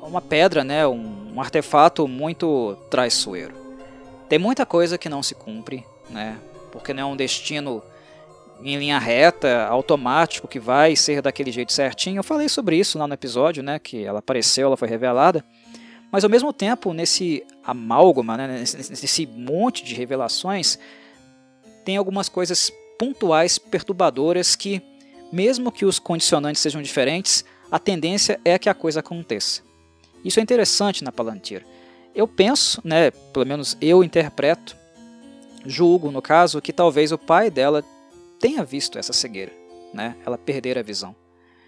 uma pedra, né, um, um artefato muito traiçoeiro. Tem muita coisa que não se cumpre, né, porque não é um destino em linha reta, automático, que vai ser daquele jeito certinho. Eu falei sobre isso lá no episódio, né, que ela apareceu, ela foi revelada. Mas ao mesmo tempo, nesse amálgama, né, nesse, nesse monte de revelações, tem algumas coisas pontuais, perturbadoras, que mesmo que os condicionantes sejam diferentes, a tendência é que a coisa aconteça. Isso é interessante na Palantir. Eu penso, né, pelo menos eu interpreto, julgo no caso, que talvez o pai dela tenha visto essa cegueira, né, ela perder a visão.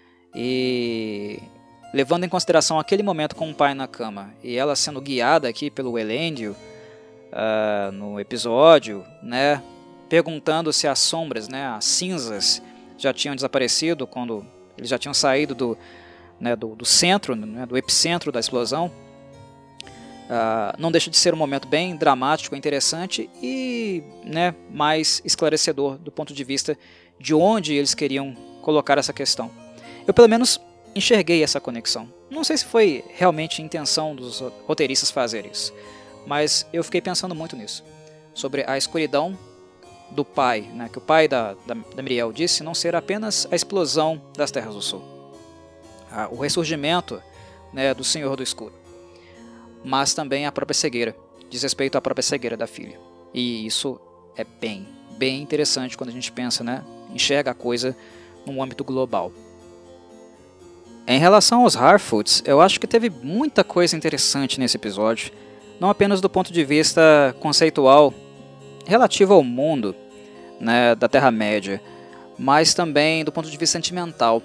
E levando em consideração aquele momento com o pai na cama e ela sendo guiada aqui pelo Elendil uh, no episódio, né, perguntando se as sombras, né, as cinzas já tinham desaparecido quando eles já tinham saído do, né, do, do centro, né, do epicentro da explosão. Uh, não deixa de ser um momento bem dramático, interessante e, né, mais esclarecedor do ponto de vista de onde eles queriam colocar essa questão. Eu pelo menos enxerguei essa conexão. Não sei se foi realmente intenção dos roteiristas fazer isso, mas eu fiquei pensando muito nisso, sobre a escuridão do pai, né, que o pai da, da, da Miriel disse não ser apenas a explosão das Terras do Sul, ah, o ressurgimento, né, do Senhor do Escuro, mas também a própria cegueira, diz respeito à própria cegueira da filha. E isso é bem, bem interessante quando a gente pensa, né, enxerga a coisa num âmbito global. Em relação aos Harfoots, eu acho que teve muita coisa interessante nesse episódio, não apenas do ponto de vista conceitual relativo ao mundo, né, da Terra-média, mas também do ponto de vista sentimental.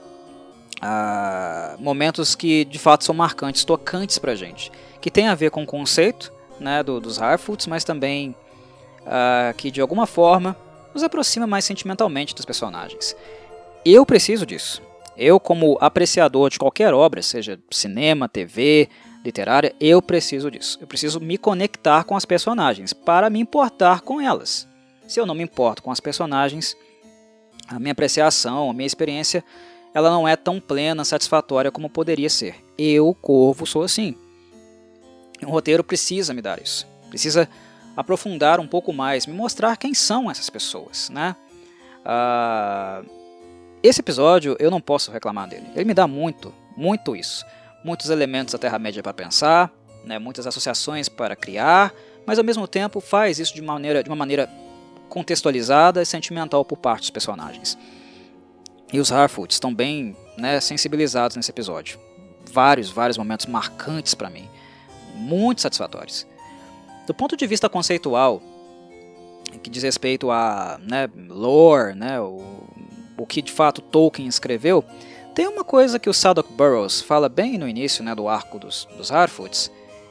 Ah, momentos que de fato são marcantes, tocantes pra gente, que tem a ver com o conceito, né, do, dos Harfoots, mas também ah, que de alguma forma nos aproxima mais sentimentalmente dos personagens. Eu preciso disso. Eu, como apreciador de qualquer obra, seja cinema, T V, literária, eu preciso disso. Eu preciso me conectar com as personagens para me importar com elas. Se eu não me importo com as personagens, a minha apreciação, a minha experiência, ela não é tão plena, satisfatória como poderia ser. Eu, Corvo, sou assim. Um roteiro precisa me dar isso. Precisa aprofundar um pouco mais, me mostrar quem são essas pessoas, né? Ah... Esse episódio eu não posso reclamar dele. Ele me dá muito, muito isso. Muitos elementos da Terra-média para pensar, né, muitas associações para criar, mas ao mesmo tempo faz isso de, maneira, de uma maneira contextualizada e sentimental por parte dos personagens. E os Harfoots estão bem, né, sensibilizados nesse episódio. Vários, vários momentos marcantes para mim. Muito satisfatórios. Do ponto de vista conceitual, que diz respeito a, né, lore, né, o... o que de fato Tolkien escreveu, tem uma coisa que o Sadok Burrows fala bem no início, né, do arco dos, dos Harfoots,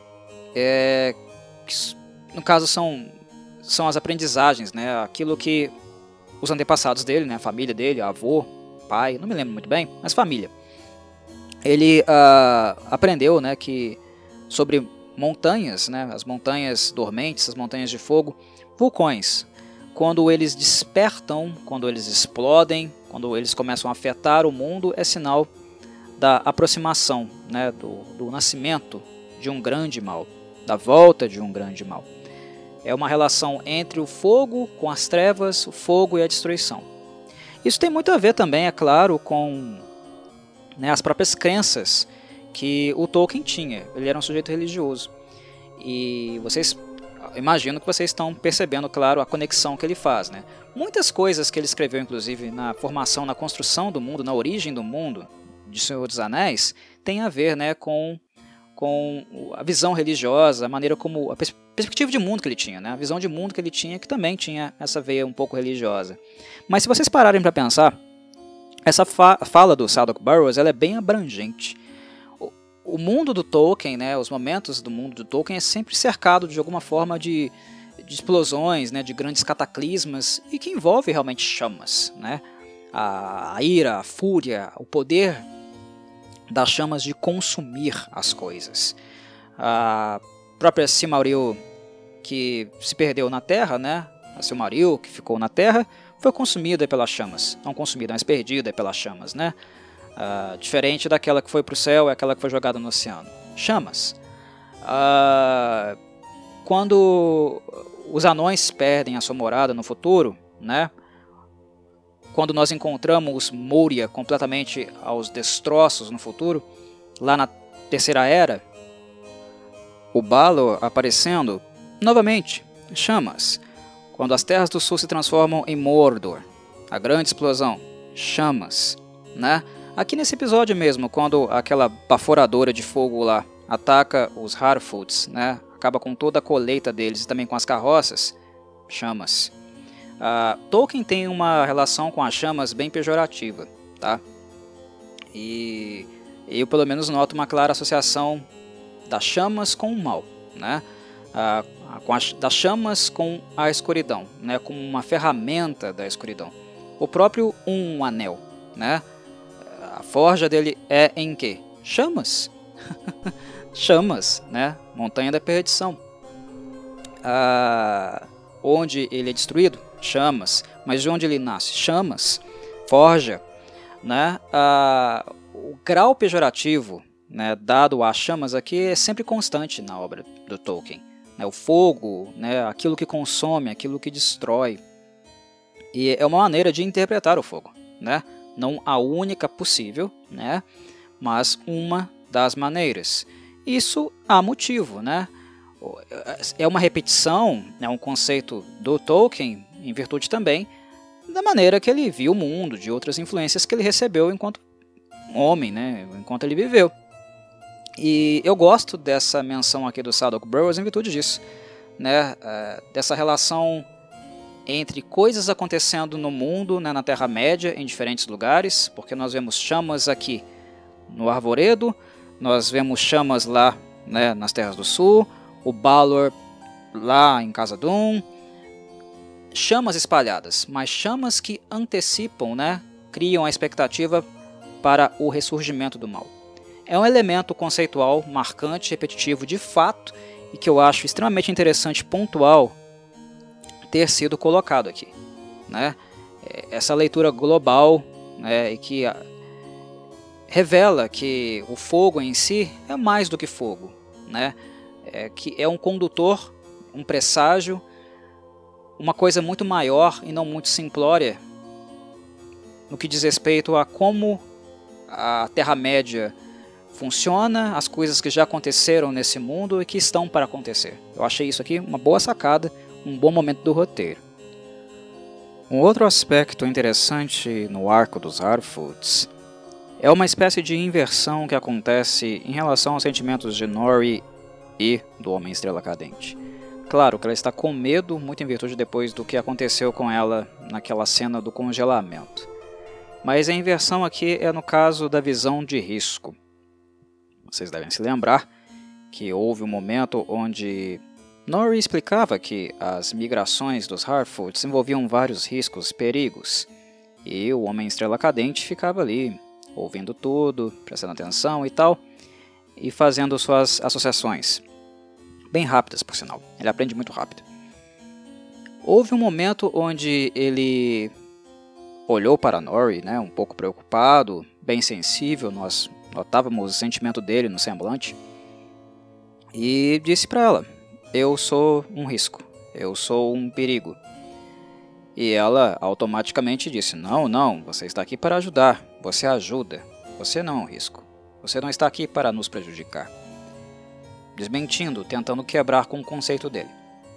é, que, no caso são, são as aprendizagens, né, aquilo que os antepassados dele, né, a família dele, avô, pai, não me lembro muito bem, mas família, ele uh, aprendeu, né, que sobre montanhas, né, as montanhas dormentes, as montanhas de fogo, vulcões. Quando eles despertam, quando eles explodem, quando eles começam a afetar o mundo, é sinal da aproximação, né, do, do nascimento de um grande mal, da volta de um grande mal. É uma relação entre o fogo com as trevas, o fogo e a destruição. Isso tem muito a ver também, é claro, com, né, as próprias crenças que o Tolkien tinha. Ele era um sujeito religioso. E vocês... imagino que vocês estão percebendo, claro, a conexão que ele faz, né? Muitas coisas que ele escreveu, inclusive, na formação, na construção do mundo, na origem do mundo, de Senhor dos Anéis, tem a ver, né, com, com a visão religiosa, a maneira como... a pers perspectiva de mundo que ele tinha, né? A visão de mundo que ele tinha, que também tinha essa veia um pouco religiosa. Mas se vocês pararem para pensar, essa fa fala do Sadok Burrows, ela é bem abrangente. O mundo do Tolkien, né, os momentos do mundo do Tolkien é sempre cercado de alguma forma de, de explosões, né, de grandes cataclismas e que envolve realmente chamas, né? A, a ira, a fúria, o poder das chamas de consumir as coisas. A própria Silmaril que se perdeu na Terra, né? A Silmaril que ficou na Terra foi consumida pelas chamas, não consumida, mas perdida pelas chamas, né? Uh, diferente daquela que foi para o céu e aquela que foi jogada no oceano. Chamas. Uh, quando os anões perdem a sua morada no futuro, né? Quando nós encontramos Moria completamente aos destroços no futuro, lá na Terceira Era, o Balor aparecendo, novamente, chamas. Quando as Terras do Sul se transformam em Mordor, a grande explosão, chamas, né? Aqui nesse episódio mesmo, quando aquela baforadora de fogo lá ataca os Harfoots, né? Acaba com toda a colheita deles e também com as carroças, chamas. Uh, Tolkien tem uma relação com as chamas bem pejorativa, tá? E eu pelo menos noto uma clara associação das chamas com o mal, né? Uh, com as, das chamas com a escuridão, né? Como uma ferramenta da escuridão. O próprio Um Anel, né? A forja dele é em quê? Chamas. Chamas, né? Montanha da Perdição. Uh, onde ele é destruído? Chamas. Mas de onde ele nasce? Chamas. Forja. Né? Ah, o grau pejorativo, né, dado às chamas aqui é sempre constante na obra do Tolkien. Né? O fogo, né, aquilo que consome, aquilo que destrói. E é uma maneira de interpretar o fogo. Né? Não a única possível, né, mas uma das maneiras. Isso há motivo. Né? É uma repetição, é um conceito do Tolkien, em virtude também da maneira que ele viu o mundo, de outras influências que ele recebeu enquanto homem, né, enquanto ele viveu. E eu gosto dessa menção aqui do Sadok Burroughs em virtude disso, né, dessa relação entre coisas acontecendo no mundo, né, na Terra-média, em diferentes lugares, porque nós vemos chamas aqui no Arvoredo, nós vemos chamas lá, né, nas Terras do Sul, o Balor lá em Khazad-dûm, chamas espalhadas, mas chamas que antecipam, né, criam a expectativa para o ressurgimento do mal. É um elemento conceitual, marcante, repetitivo de fato, e que eu acho extremamente interessante e pontual ter sido colocado aqui. Né? Essa leitura global, né, e que revela que o fogo em si é mais do que fogo. Né? É, que é um condutor, um presságio, uma coisa muito maior e não muito simplória no que diz respeito a como a Terra-média funciona, as coisas que já aconteceram nesse mundo e que estão para acontecer. Eu achei isso aqui uma boa sacada, um bom momento do roteiro. Um outro aspecto interessante no arco dos Harfoots é uma espécie de inversão que acontece em relação aos sentimentos de Nori e do Homem-Estrela Cadente. Claro que ela está com medo, muito em virtude depois do que aconteceu com ela naquela cena do congelamento. Mas a inversão aqui é no caso da visão de risco. Vocês devem se lembrar que houve um momento onde Nori explicava que as migrações dos Harfoots envolviam vários riscos, perigos, e o Homem-Estrela Cadente ficava ali, ouvindo tudo, prestando atenção e tal, e fazendo suas associações. Bem rápidas, por sinal. Ele aprende muito rápido. Houve um momento onde ele olhou para Nori, né, um pouco preocupado, bem sensível, nós notávamos o sentimento dele no semblante, e disse para ela: eu sou um risco, eu sou um perigo. E ela automaticamente disse: não, não, você está aqui para ajudar, você ajuda, você não é um risco, você não está aqui para nos prejudicar. Desmentindo, tentando quebrar com o conceito dele.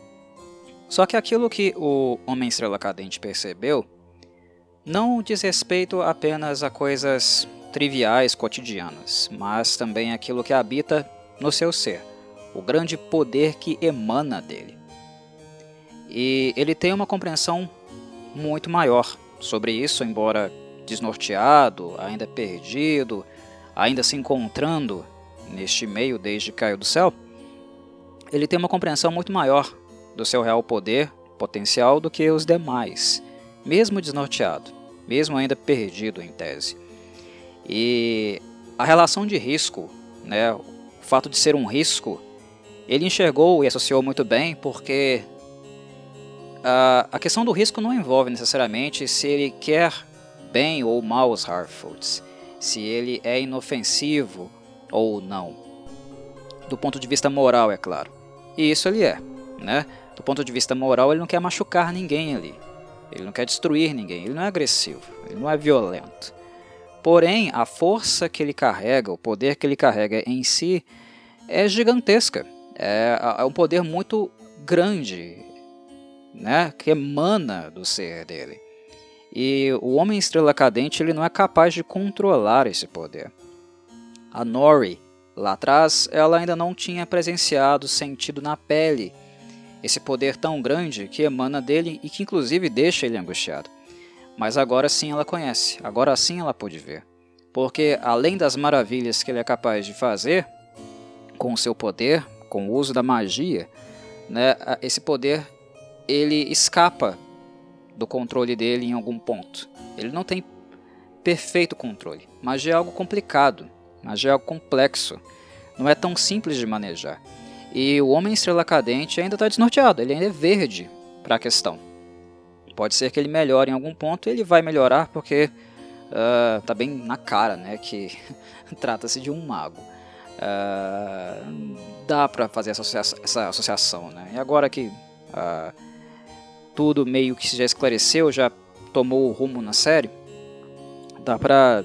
Só que aquilo que o Homem-Estrela Cadente percebeu não diz respeito apenas a coisas triviais, cotidianas, mas também aquilo que habita no seu ser, o grande poder que emana dele. E ele tem uma compreensão muito maior sobre isso, embora desnorteado, ainda perdido, ainda se encontrando neste meio desde que caiu do céu. Ele tem uma compreensão muito maior do seu real poder, potencial, do que os demais, mesmo desnorteado, mesmo ainda perdido em tese. E a relação de risco, né, o fato de ser um risco, ele enxergou e associou muito bem, porque a, a questão do risco não envolve necessariamente se ele quer bem ou mal os Harfoots. se ele é inofensivo ou não. Do ponto de vista moral, é claro. E isso ele é, né? Do ponto de vista moral, ele não quer machucar ninguém ali. Ele não quer destruir ninguém, ele não é agressivo, ele não é violento. Porém, a força que ele carrega, o poder que ele carrega em si, é gigantesca. É, é um poder muito grande, né? Que emana do ser dele. E o Homem Estrela Cadente ele não é capaz de controlar esse poder. A Nori, lá atrás, ela ainda não tinha presenciado, sentido na pele esse poder tão grande que emana dele e que inclusive deixa ele angustiado. Mas agora sim ela conhece, agora sim ela pôde ver. Porque além das maravilhas que ele é capaz de fazer com o seu poder, com o uso da magia, né, esse poder ele escapa do controle dele em algum ponto. Ele não tem perfeito controle. Magia é algo complicado, magia é algo complexo, não é tão simples de manejar. E o Homem Estrela Cadente ainda está desnorteado, ele ainda é verde para a questão. Pode ser que ele melhore em algum ponto, ele vai melhorar porque uh, tá bem na cara, né, que trata-se de um mago. Uh, dá para fazer essa, associa essa associação, né? E agora que uh, tudo meio que já esclareceu, já tomou o rumo na série, dá para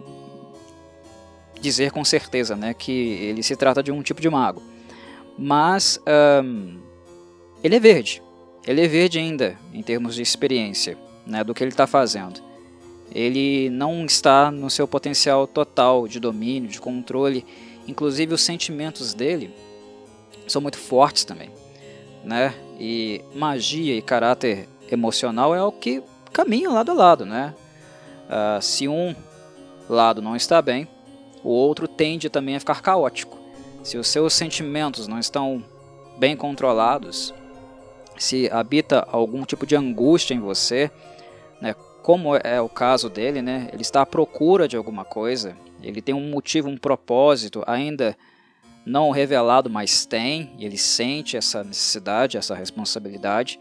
dizer com certeza, né, que ele se trata de um tipo de mago. Mas um, ele é verde. Ele é verde ainda, em termos de experiência, né, do que ele está fazendo. Ele não está no seu potencial total de domínio, de controle. Inclusive os sentimentos dele são muito fortes também, né? E magia e caráter emocional é algo que caminham lado a lado, né? Uh, se um lado não está bem, o outro tende também a ficar caótico. Se os seus sentimentos não estão bem controlados, se habita algum tipo de angústia em você, né, como é o caso dele, né, ele está à procura de alguma coisa, ele tem um motivo, um propósito, ainda não revelado, mas tem, e ele sente essa necessidade, essa responsabilidade.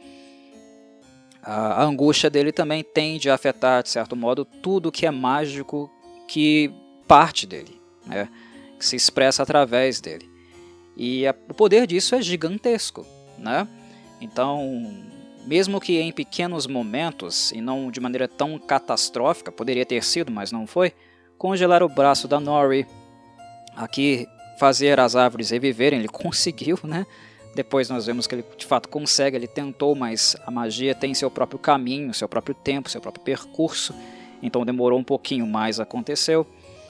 A angústia dele também tende a afetar, de certo modo, tudo que é mágico que parte dele, né, que se expressa através dele. E a, o poder disso é gigantesco, né? Então, mesmo que em pequenos momentos, e não de maneira tão catastrófica, poderia ter sido, mas não foi, congelar o braço da Nori, aqui fazer as árvores reviverem, ele conseguiu, né? Depois nós vemos que ele de fato consegue, ele tentou, mas a magia tem seu próprio caminho, seu próprio tempo, seu próprio percurso, então demorou um pouquinho mais, aconteceu.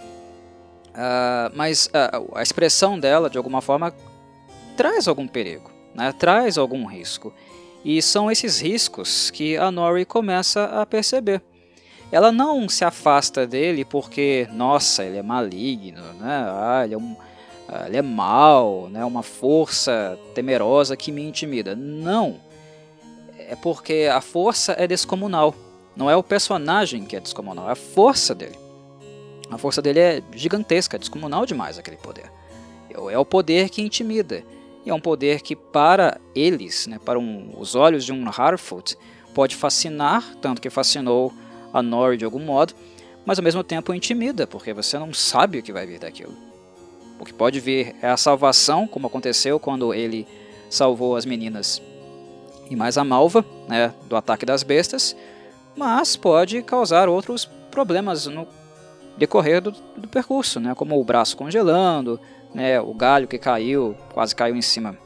Uh, mas uh, a expressão dela, de alguma forma, traz algum perigo, né? Traz algum risco. E são esses riscos que a Nori começa a perceber. Ela não se afasta dele porque, nossa, ele é maligno, né? Ah, ele é um, ah, ele é mau, né? Uma força temerosa que me intimida. Não. É porque a força é descomunal. Não é o personagem que é descomunal, é a força dele. A força dele é gigantesca, descomunal demais aquele poder. É o poder que intimida. E é um poder que para eles, né, para um, os olhos de um Harfoot, pode fascinar, tanto que fascinou a Nori de algum modo, mas ao mesmo tempo intimida, porque você não sabe o que vai vir daquilo. O que pode vir é a salvação, como aconteceu quando ele salvou as meninas e mais a Malva, né, do ataque das bestas, mas pode causar outros problemas no decorrer do, do percurso, né, como o braço congelando, né, o galho que caiu, quase caiu em cima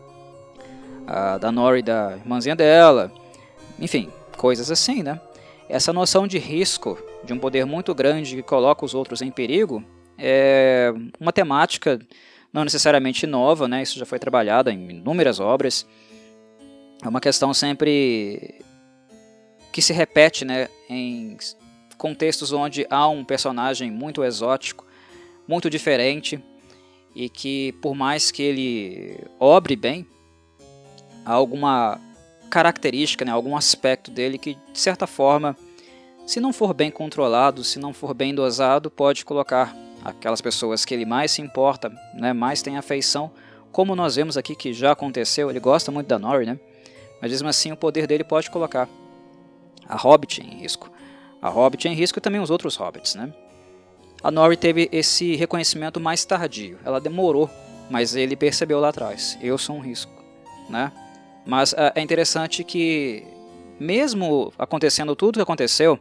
uh, da Nori, da irmãzinha dela, enfim, coisas assim, né? Essa noção de risco, de um poder muito grande que coloca os outros em perigo, é uma temática não necessariamente nova, né? Isso já foi trabalhado em inúmeras obras. É uma questão sempre que se repete, né, em contextos onde há um personagem muito exótico, muito diferente, e que por mais que ele obre bem, há alguma característica, né, algum aspecto dele que, de certa forma, se não for bem controlado, se não for bem dosado, pode colocar aquelas pessoas que ele mais se importa, né, mais tem afeição, como nós vemos aqui que já aconteceu, ele gosta muito da Nori, né, mas mesmo assim o poder dele pode colocar a Hobbit em risco. A Hobbit em risco e também os outros Hobbits, né? A Nori teve esse reconhecimento mais tardio. Ela demorou, mas ele percebeu lá atrás. Eu sou um risco, né? Mas é interessante que, mesmo acontecendo tudo que aconteceu,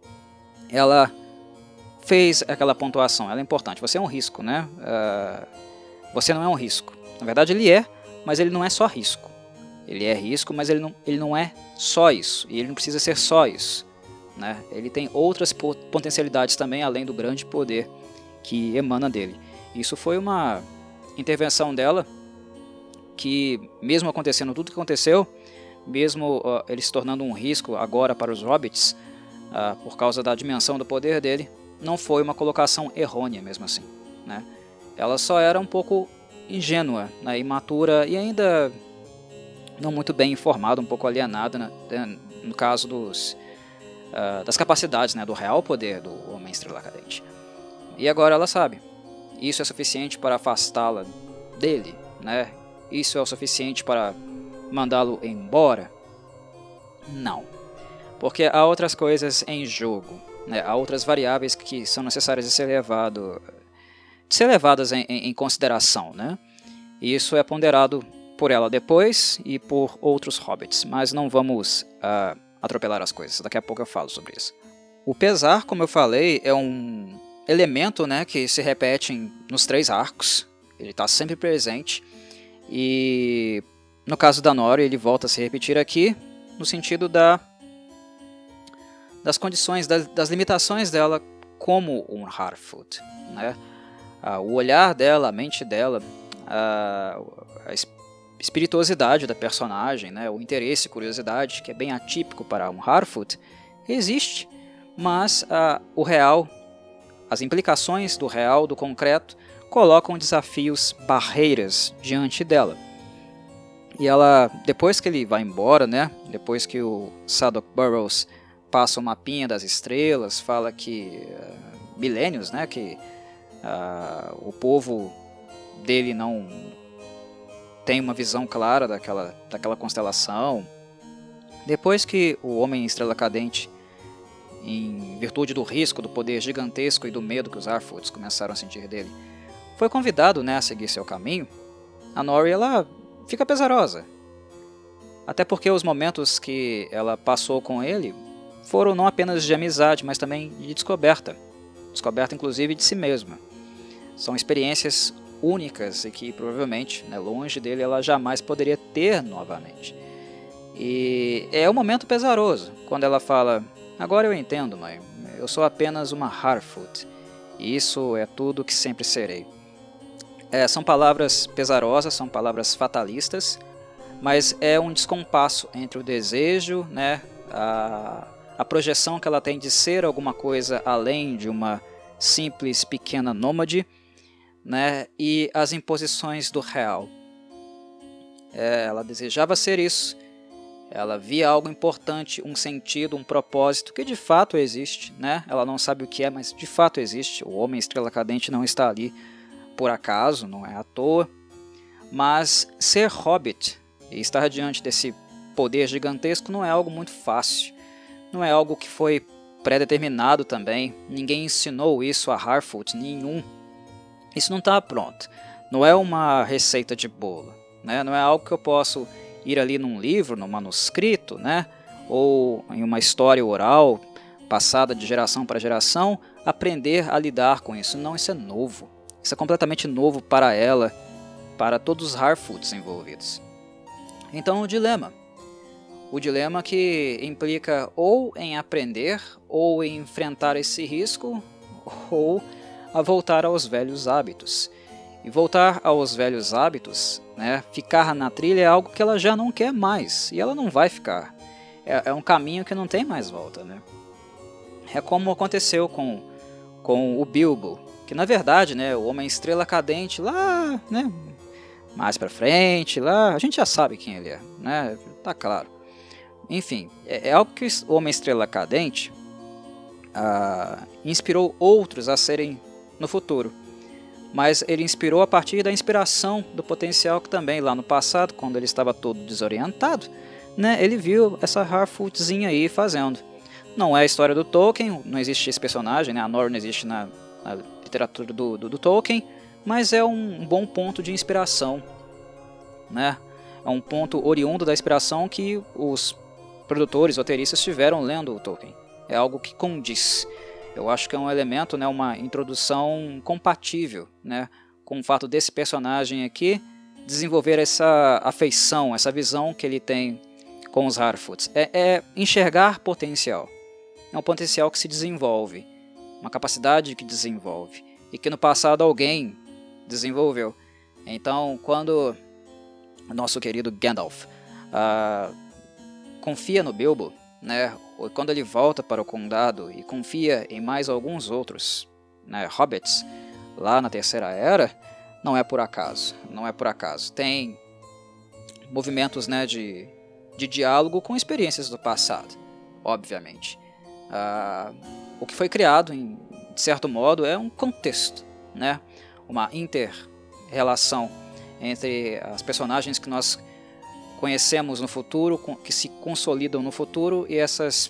ela fez aquela pontuação. Ela é importante. Você é um risco, né? Uh, você não é um risco. Na verdade, ele é, mas ele não é só risco. Ele é risco, mas ele não, ele não é só isso. E ele não precisa ser só isso, né? Ele tem outras potencialidades também, além do grande poder que emana dele. Isso foi uma intervenção dela que, mesmo acontecendo tudo o que aconteceu, mesmo uh, ele se tornando um risco agora para os hobbits, uh, por causa da dimensão do poder dele, não foi uma colocação errônea mesmo assim, né? Ela só era um pouco ingênua, né, imatura e ainda não muito bem informada, um pouco alienada, né, no caso dos, uh, das capacidades, né, do real poder do Homem Estrela Cadente. E agora ela sabe. Isso é suficiente para afastá-la dele, né? Isso é o suficiente para mandá-lo embora? Não. Porque há outras coisas em jogo, né? Há outras variáveis que são necessárias de ser, levado, de ser levadas em, em, em consideração, né? E isso é ponderado por ela depois e por outros hobbits, mas não vamos uh, atropelar as coisas. Daqui a pouco eu falo sobre isso. O pesar, como eu falei, é um elemento, né, que se repete em, nos três arcos. Ele está sempre presente. E no caso da Nori, ele volta a se repetir aqui, no sentido da, das condições, das, das limitações dela como um Harfoot, né? Ah, o olhar dela, a mente dela, a, a espirituosidade da personagem, né? O interesse e curiosidade, que é bem atípico para um Harfoot, existe, mas ah, o real, as implicações do real, do concreto, colocam desafios, barreiras diante dela. E ela, depois que ele vai embora, né, depois que o Sadok Burrows passa o mapinha das estrelas, fala que uh, milênios, né, que uh, o povo dele não tem uma visão clara daquela, daquela constelação. Depois que o Homem Estrela Cadente, em virtude do risco, do poder gigantesco e do medo que os Harfoots começaram a sentir dele, foi convidado, né, a seguir seu caminho, a Nori ela fica pesarosa. Até porque os momentos que ela passou com ele foram não apenas de amizade, mas também de descoberta. Descoberta, inclusive, de si mesma. São experiências únicas e que, provavelmente, né, longe dele, ela jamais poderia ter novamente. E é um momento pesaroso, quando ela fala: agora eu entendo, mãe, eu sou apenas uma Harfoot, e isso é tudo que sempre serei. É, são palavras pesarosas, são palavras fatalistas, mas é um descompasso entre o desejo, né, a, a projeção que ela tem de ser alguma coisa além de uma simples pequena nômade, né, e as imposições do real. É, ela desejava ser isso, ela via algo importante, um sentido, um propósito que de fato existe, né? Ela não sabe o que é, mas de fato existe. O Homem Estrela Cadente não está ali por acaso, não é à toa. Mas ser hobbit e estar diante desse poder gigantesco não é algo muito fácil. Não é algo que foi pré-determinado também. Ninguém ensinou isso a Harfoot, nenhum. Isso não está pronto. Não é uma receita de bolo, né? Não é algo que eu posso ir ali num livro, num manuscrito, né? Ou em uma história oral, passada de geração para geração, aprender a lidar com isso. Não, isso é novo. Isso é completamente novo para ela, para todos os Harfoots envolvidos. Então o dilema. O dilema que implica ou em aprender, ou em enfrentar esse risco, ou a voltar aos velhos hábitos. E voltar aos velhos hábitos, né, ficar na trilha é algo que ela já não quer mais, e ela não vai ficar. É, é um caminho que não tem mais volta, né? É como aconteceu com, com o Bilbo, que na verdade, né, o Homem Estrela Cadente lá, né, mais pra frente, lá, a gente já sabe quem ele é, né, tá claro. Enfim, é, é algo que o Homem Estrela Cadente ah, inspirou outros a serem no futuro. Mas ele inspirou a partir da inspiração do potencial que também lá no passado, quando ele estava todo desorientado, né, ele viu essa Harfootzinha aí fazendo. Não é a história do Tolkien, não existe esse personagem, né, a Nori não existe na, na literatura do, do, do Tolkien, mas é um, um bom ponto de inspiração, né? É um ponto oriundo da inspiração que os produtores, roteiristas tiveram lendo o Tolkien. É algo que condiz. Eu acho que é um elemento, né, uma introdução compatível, né, com o fato desse personagem aqui desenvolver essa afeição, essa visão que ele tem com os Harfoots. É, é enxergar potencial. É um potencial que se desenvolve, uma capacidade que desenvolve, e que no passado alguém desenvolveu. Então, quando o nosso querido Gandalf uh, confia no Bilbo, né, ou quando ele volta para o condado e confia em mais alguns outros, né, hobbits lá na Terceira Era, não é por acaso, não é por acaso. Tem movimentos, né, de, de diálogo com experiências do passado, obviamente. Uh, o que foi criado, em, de certo modo, é um contexto, né, uma inter-relação entre as personagens que nós conhecemos no futuro, que se consolidam no futuro, e essas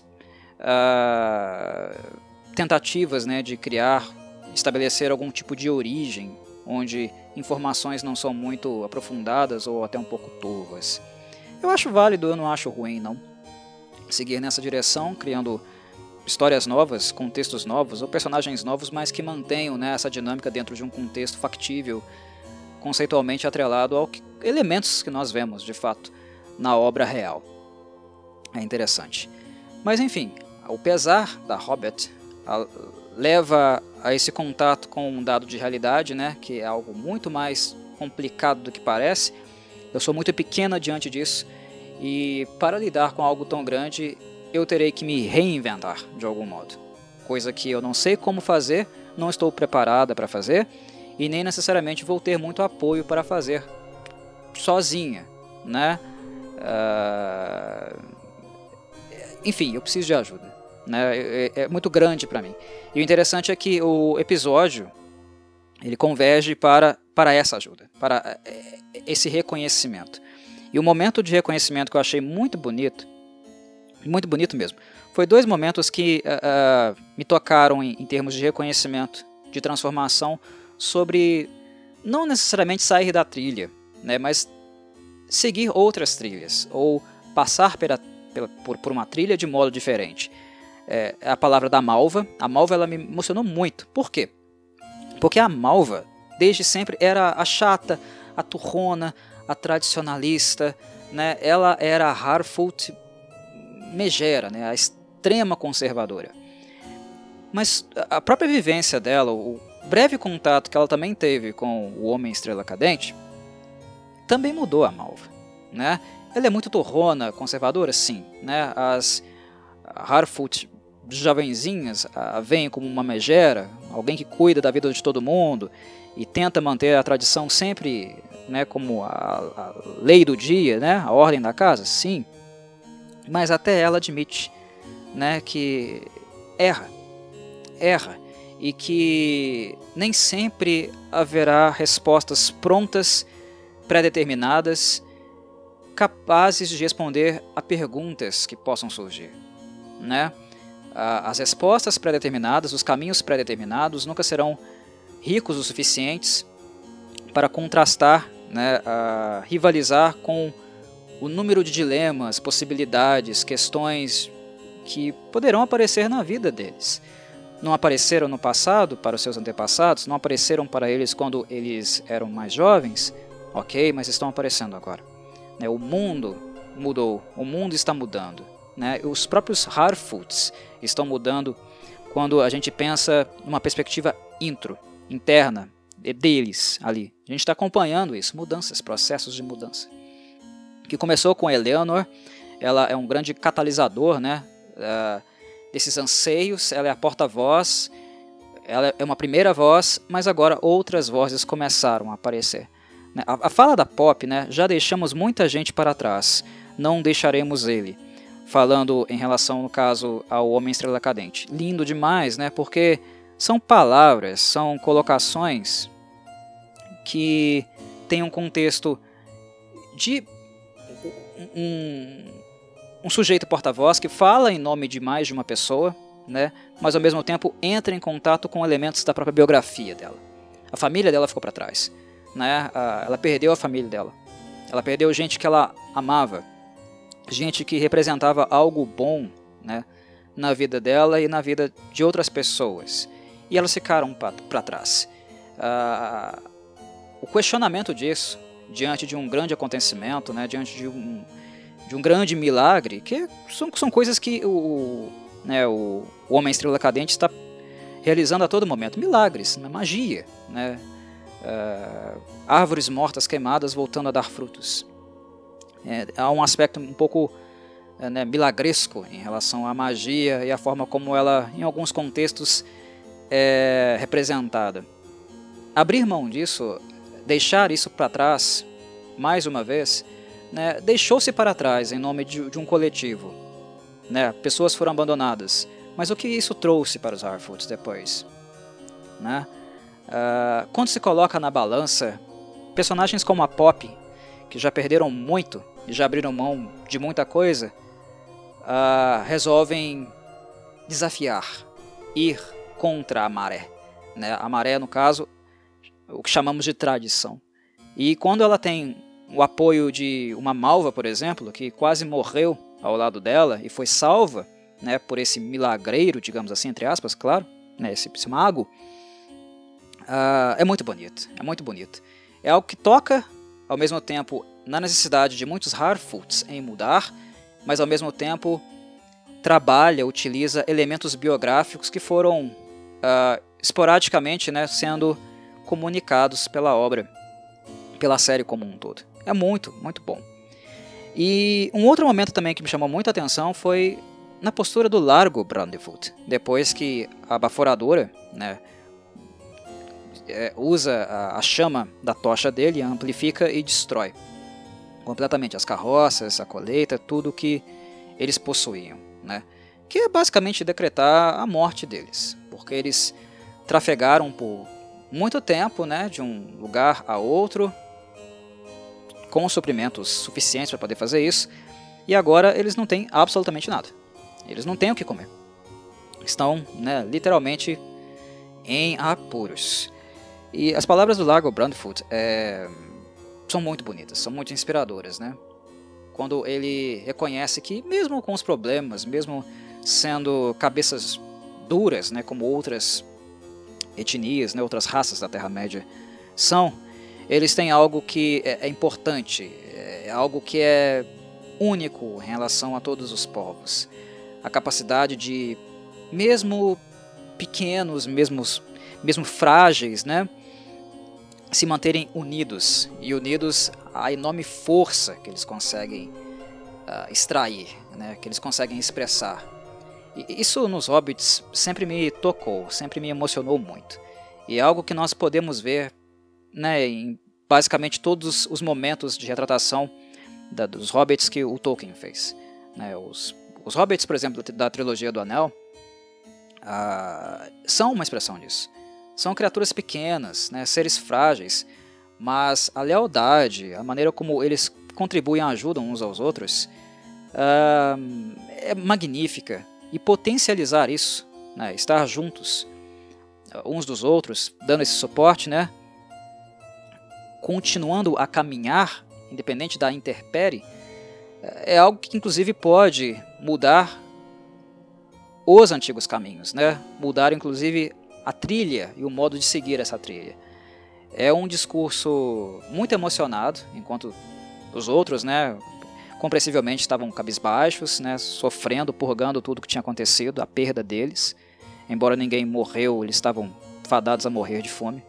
uh, tentativas, né, de criar, estabelecer algum tipo de origem, onde informações não são muito aprofundadas ou até um pouco turvas. Eu acho válido, eu não acho ruim, não. Seguir nessa direção, criando histórias novas, contextos novos ou personagens novos, mas que mantenham, né, essa dinâmica dentro de um contexto factível, conceitualmente atrelado a elementos que nós vemos, de fato, na obra real. É interessante. Mas, enfim, o pesar da Hobbit a, leva a esse contato com um dado de realidade, né, que é algo muito mais complicado do que parece. Eu sou muito pequena diante disso, e para lidar com algo tão grande, eu terei que me reinventar de algum modo. Coisa que eu não sei como fazer, não estou preparada para fazer, e nem necessariamente vou ter muito apoio para fazer sozinha, né? Uh... Enfim, eu preciso de ajuda, né? É, é muito grande para mim. E o interessante é que o episódio ele converge para, para essa ajuda, para esse reconhecimento. E o momento de reconhecimento que eu achei muito bonito, muito bonito mesmo, foi dois momentos que uh, uh, me tocaram em, em termos de reconhecimento, de transformação, sobre não necessariamente sair da trilha, né, mas seguir outras trilhas, ou passar pela, pela, por, por uma trilha de modo diferente. É, a palavra da Malva, a Malva ela me emocionou muito. Por quê? Porque a Malva, desde sempre, era a chata, a turrona, a tradicionalista, né, ela era a Harfoot megera, né, a extrema conservadora. Mas a própria vivência dela, o breve contato que ela também teve com o Homem Estrela Cadente, também mudou a Malva, né? Ela é muito torrona, conservadora, sim, né? As Harfoot jovenzinhas veem como uma megera, alguém que cuida da vida de todo mundo e tenta manter a tradição sempre, né, como a, a lei do dia, né, a ordem da casa, sim. Mas até ela admite, né, que erra, erra, e que nem sempre haverá respostas prontas, pré-determinadas, capazes de responder a perguntas que possam surgir, né? As respostas pré-determinadas, os caminhos pré-determinados nunca serão ricos o suficientes para contrastar, né, a rivalizar com o número de dilemas, possibilidades, questões que poderão aparecer na vida deles. Não apareceram no passado para os seus antepassados, não apareceram para eles quando eles eram mais jovens, ok, mas estão aparecendo agora. Né, o mundo mudou, o mundo está mudando. Né, os próprios Harfoots estão mudando quando a gente pensa numa perspectiva intro, interna, deles ali. A gente está acompanhando isso, mudanças, processos de mudança. Que começou com Eleanor, ela é um grande catalisador, né, uh, desses anseios, ela é a porta-voz, ela é uma primeira voz, mas agora outras vozes começaram a aparecer. A, a fala da Pop, né, já deixamos muita gente para trás, não deixaremos ele. Falando em relação, no caso, ao Homem Estrela Cadente. Lindo demais, né? Porque são palavras, são colocações que têm um contexto de um, um sujeito porta-voz que fala em nome de mais de uma pessoa, né, mas ao mesmo tempo entra em contato com elementos da própria biografia dela. A família dela ficou para trás, né, ela perdeu a família dela, ela perdeu gente que ela amava, gente que representava algo bom, né, na vida dela e na vida de outras pessoas, e elas ficaram para trás. Uh, o questionamento disso, diante de um grande acontecimento, né, diante de um, de um grande milagre, que são, são coisas que o, né, o, o Homem Estrela Cadente está realizando a todo momento, milagres, né, magia, né, uh, árvores mortas queimadas voltando a dar frutos. É, há um aspecto um pouco é, né, milagresco em relação à magia e a forma como ela, em alguns contextos, é representada. Abrir mão disso, deixar isso para trás, mais uma vez, né, deixou-se para trás em nome de, de um coletivo. Né, pessoas foram abandonadas. Mas o que isso trouxe para os Harfoots depois? Né? Uh, quando se coloca na balança, personagens como a Poppy, que já perderam muito e já abriram mão de muita coisa, uh, resolvem desafiar, ir contra a maré. Né? A maré, no caso, o que chamamos de tradição. E quando ela tem o apoio de uma malva, por exemplo, que quase morreu ao lado dela e foi salva, né, por esse milagreiro, digamos assim, entre aspas, claro, né, esse, esse mago, uh, é muito bonito, é muito bonito. É algo que toca, ao mesmo tempo, na necessidade de muitos Harfoots em mudar, mas ao mesmo tempo trabalha, utiliza elementos biográficos que foram uh, esporadicamente, né, sendo comunicados pela obra, pela série como um todo. É muito, muito bom. E um outro momento também que me chamou muita atenção foi na postura do Largo Brandyfoot, depois que a baforadora, né, é, usa a, a chama da tocha dele, amplifica e destrói completamente as carroças, a colheita, tudo que eles possuíam, né, que é basicamente decretar a morte deles, porque eles trafegaram por muito tempo, né, de um lugar a outro, com suprimentos suficientes para poder fazer isso, e agora eles não têm absolutamente nada. Eles não têm o que comer. Estão, né, literalmente em apuros. E as palavras do Largo Brandyfoot é, são muito bonitas, são muito inspiradoras, né? Quando ele reconhece que, mesmo com os problemas, mesmo sendo cabeças duras, né, como outras etnias, né, outras raças da Terra-média são, eles têm algo que é, é importante, é algo que é único em relação a todos os povos. A capacidade de, mesmo pequenos, mesmo, mesmo frágeis, né, se manterem unidos, e unidos à enorme força que eles conseguem uh, extrair, né, que eles conseguem expressar. E isso nos Hobbits sempre me tocou, sempre me emocionou muito. E é algo que nós podemos ver, né, em basicamente todos os momentos de retratação da, dos Hobbits que o Tolkien fez. Né, os, os Hobbits, por exemplo, da trilogia do Anel, uh, são uma expressão disso. São criaturas pequenas, né, seres frágeis, mas a lealdade, a maneira como eles contribuem e ajudam uns aos outros, uh, é magnífica. E potencializar isso, né, estar juntos uns dos outros, dando esse suporte, né, continuando a caminhar, independente da intempérie, é algo que inclusive pode mudar os antigos caminhos, né, mudar inclusive a trilha e o modo de seguir essa trilha. É um discurso muito emocionado, enquanto os outros, né, compreensivelmente estavam cabisbaixos, né, sofrendo, purgando tudo que tinha acontecido, a perda deles. Embora ninguém morreu, eles estavam fadados a morrer de fome.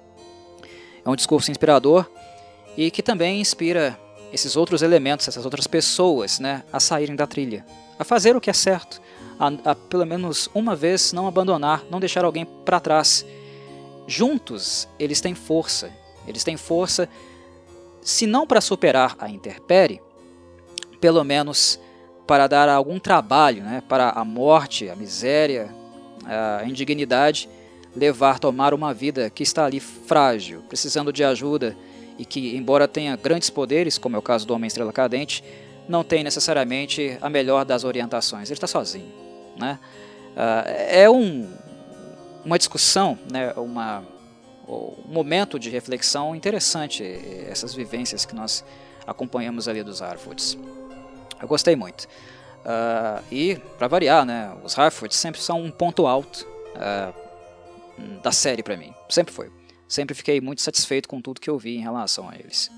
É um discurso inspirador e que também inspira esses outros elementos, essas outras pessoas, né, a saírem da trilha, a fazer o que é certo, a, a pelo menos uma vez não abandonar, não deixar alguém para trás. Juntos eles têm força, eles têm força, se não para superar a intempérie, pelo menos para dar algum trabalho, né, para a morte, a miséria, a indignidade, levar, tomar uma vida que está ali frágil, precisando de ajuda e que, embora tenha grandes poderes, como é o caso do Homem Estrela Cadente, não tem necessariamente a melhor das orientações, ele está sozinho, né? Uh, é um, uma discussão, né, uma, um momento de reflexão interessante, essas vivências que nós acompanhamos ali dos Harfoots. Eu gostei muito. Uh, e, para variar, né, os Harfoots sempre são um ponto alto uh, da série para mim. Sempre foi. Sempre fiquei muito satisfeito com tudo que eu vi em relação a eles.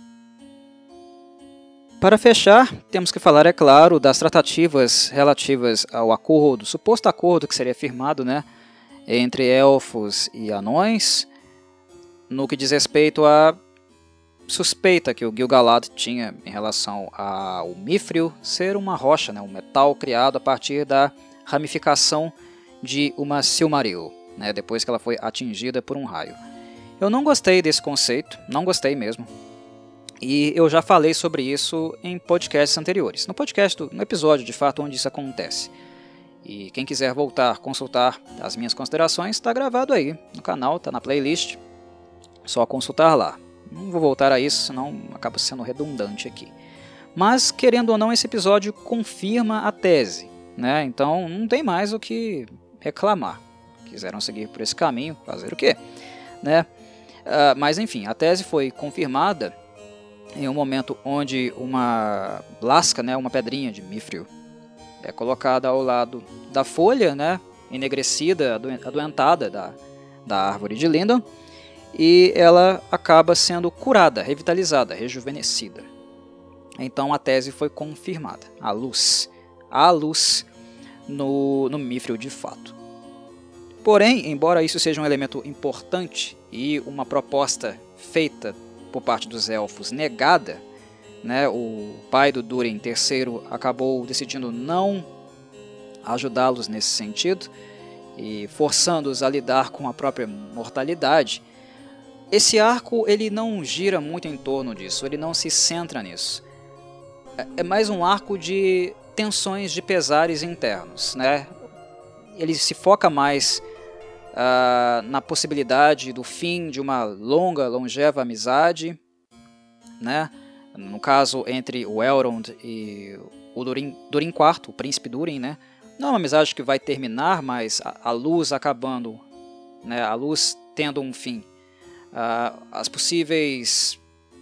Para fechar, temos que falar, é claro, das tratativas relativas ao acordo, suposto acordo que seria firmado, né, entre elfos e anões, no que diz respeito à suspeita que o Gil-galad tinha em relação ao Mithril ser uma rocha, né, um metal criado a partir da ramificação de uma Silmaril, né, depois que ela foi atingida por um raio. Eu não gostei desse conceito, não gostei mesmo. E eu já falei sobre isso em podcasts anteriores. No podcast, no episódio de fato onde isso acontece. E quem quiser voltar, consultar as minhas considerações, está gravado aí no canal, está na playlist. Só consultar lá. Não vou voltar a isso, senão acaba sendo redundante aqui. Mas, querendo ou não, esse episódio confirma a tese, né? Então não tem mais o que reclamar. Quiseram seguir por esse caminho, fazer o quê? Né? Uh, mas enfim, a tese foi confirmada em um momento onde uma lasca, né, uma pedrinha de Mithril, é colocada ao lado da folha, né, enegrecida, adoentada da, da árvore de Lindon, e ela acaba sendo curada, revitalizada, rejuvenescida. Então a tese foi confirmada. A luz, a luz no, no Mithril de fato. Porém, embora isso seja um elemento importante e uma proposta feita por parte dos elfos negada, né, o pai do Durin terceiro acabou decidindo não ajudá-los nesse sentido e forçando-os a lidar com a própria mortalidade. Esse arco ele não gira muito em torno disso, ele não se centra nisso. É mais um arco de tensões de pesares internos, né? Ele se foca mais Uh, na possibilidade do fim de uma longa, longeva amizade, né? No caso entre o Elrond e o Durin, Durin quarto, o príncipe Durin, né? Não é uma amizade que vai terminar, mas a, a luz acabando, né? A luz tendo um fim. Uh, as possíveis,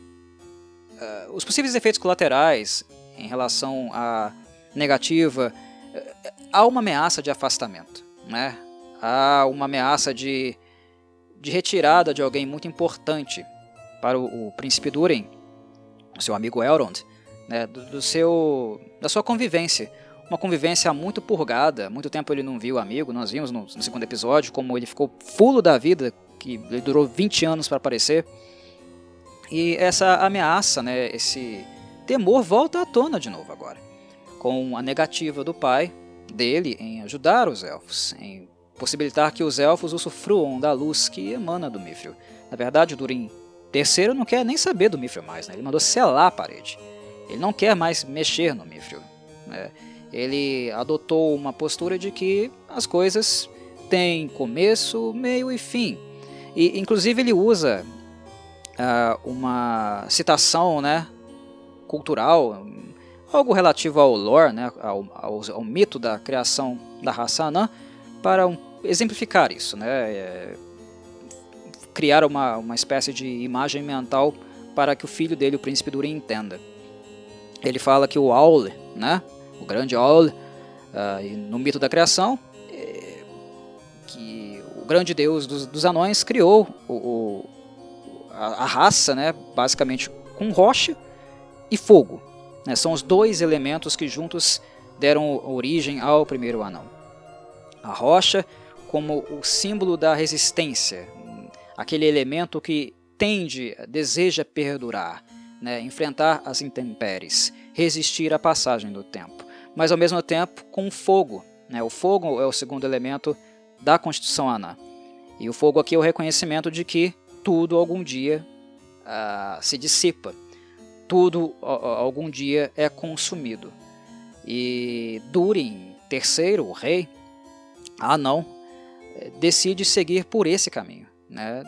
uh, os possíveis efeitos colaterais em relação à negativa, uh, há uma ameaça de afastamento, né? Há uma ameaça de, de retirada de alguém muito importante para o, o príncipe Durin, o seu amigo Elrond, né, do, do seu, da sua convivência. Uma convivência muito purgada, muito tempo ele não viu o amigo, nós vimos no, no segundo episódio como ele ficou fulo da vida, que ele durou vinte anos para aparecer. E essa ameaça, né, esse temor volta à tona de novo agora, com a negativa do pai dele em ajudar os elfos, em possibilitar que os elfos usufruam da luz que emana do Mithril. Na verdade, o Durin terceiro não quer nem saber do Mithril mais, né? Ele mandou selar a parede. Ele não quer mais mexer no Mithril, né? Ele adotou uma postura de que as coisas têm começo, meio e fim. E, inclusive, ele usa uh, uma citação, né, cultural, algo relativo ao lore, né, ao, ao, ao mito da criação da raça anã, para um, exemplificar isso, né? É, criar uma, uma espécie de imagem mental para que o filho dele, o príncipe Durin, entenda. Ele fala que o Aule, né? O grande Aule, uh, no mito da criação, é, que o grande deus dos, dos anões criou o, o, a, a raça, né? Basicamente com rocha e fogo, né? São os dois elementos que juntos deram origem ao primeiro anão. A rocha como o símbolo da resistência, aquele elemento que tende, deseja perdurar, né, enfrentar as intempéries, resistir à passagem do tempo, mas ao mesmo tempo com o fogo, né? O fogo é o segundo elemento da Constituição Anã. E o fogo aqui é o reconhecimento de que tudo algum dia uh, se dissipa, tudo uh, algum dia é consumido. E Durin terceiro, o rei, ah não, decide seguir por esse caminho, né?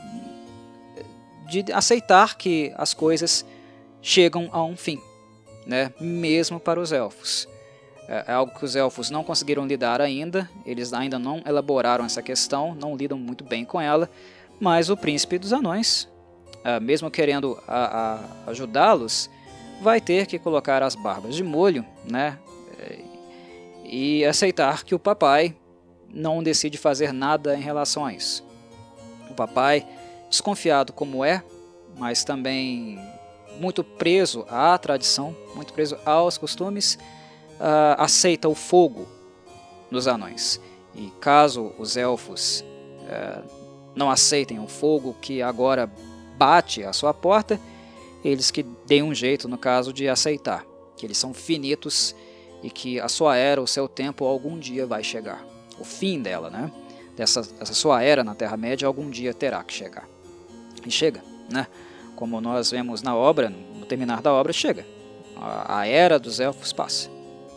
De aceitar que as coisas chegam a um fim, né? Mesmo para os elfos. É, é algo que os elfos não conseguiram lidar ainda, eles ainda não elaboraram essa questão, não lidam muito bem com ela, mas o príncipe dos anões, é, mesmo querendo ajudá-los, vai ter que colocar as barbas de molho, né, e aceitar que o papai não decide fazer nada em relação a isso. O papai, desconfiado como é, mas também muito preso à tradição, muito preso aos costumes, uh, aceita o fogo dos anões. E caso os elfos uh, não aceitem o fogo que agora bate à sua porta, eles que deem um jeito, no caso, de aceitar que eles são finitos e que a sua era, o seu tempo, algum dia vai chegar. O fim dela, né? Dessa, essa sua era na Terra-média, algum dia terá que chegar. E chega, né? Como nós vemos na obra, no terminar da obra, chega. A, a era dos elfos passa.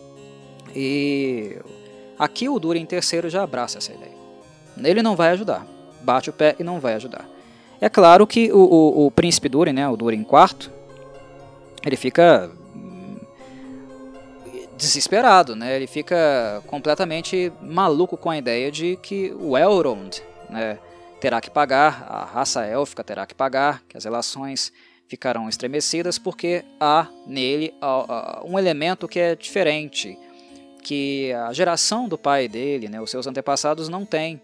E aqui o Durin terceiro já abraça essa ideia. Ele não vai ajudar. Bate o pé e não vai ajudar. É claro que o, o, o príncipe Durin, né, o Durin quarto, ele fica desesperado, né? Ele fica completamente maluco com a ideia de que o Elrond, né, terá que pagar, a raça élfica terá que pagar, que as relações ficarão estremecidas porque há nele um elemento que é diferente, que a geração do pai dele, né, os seus antepassados, não tem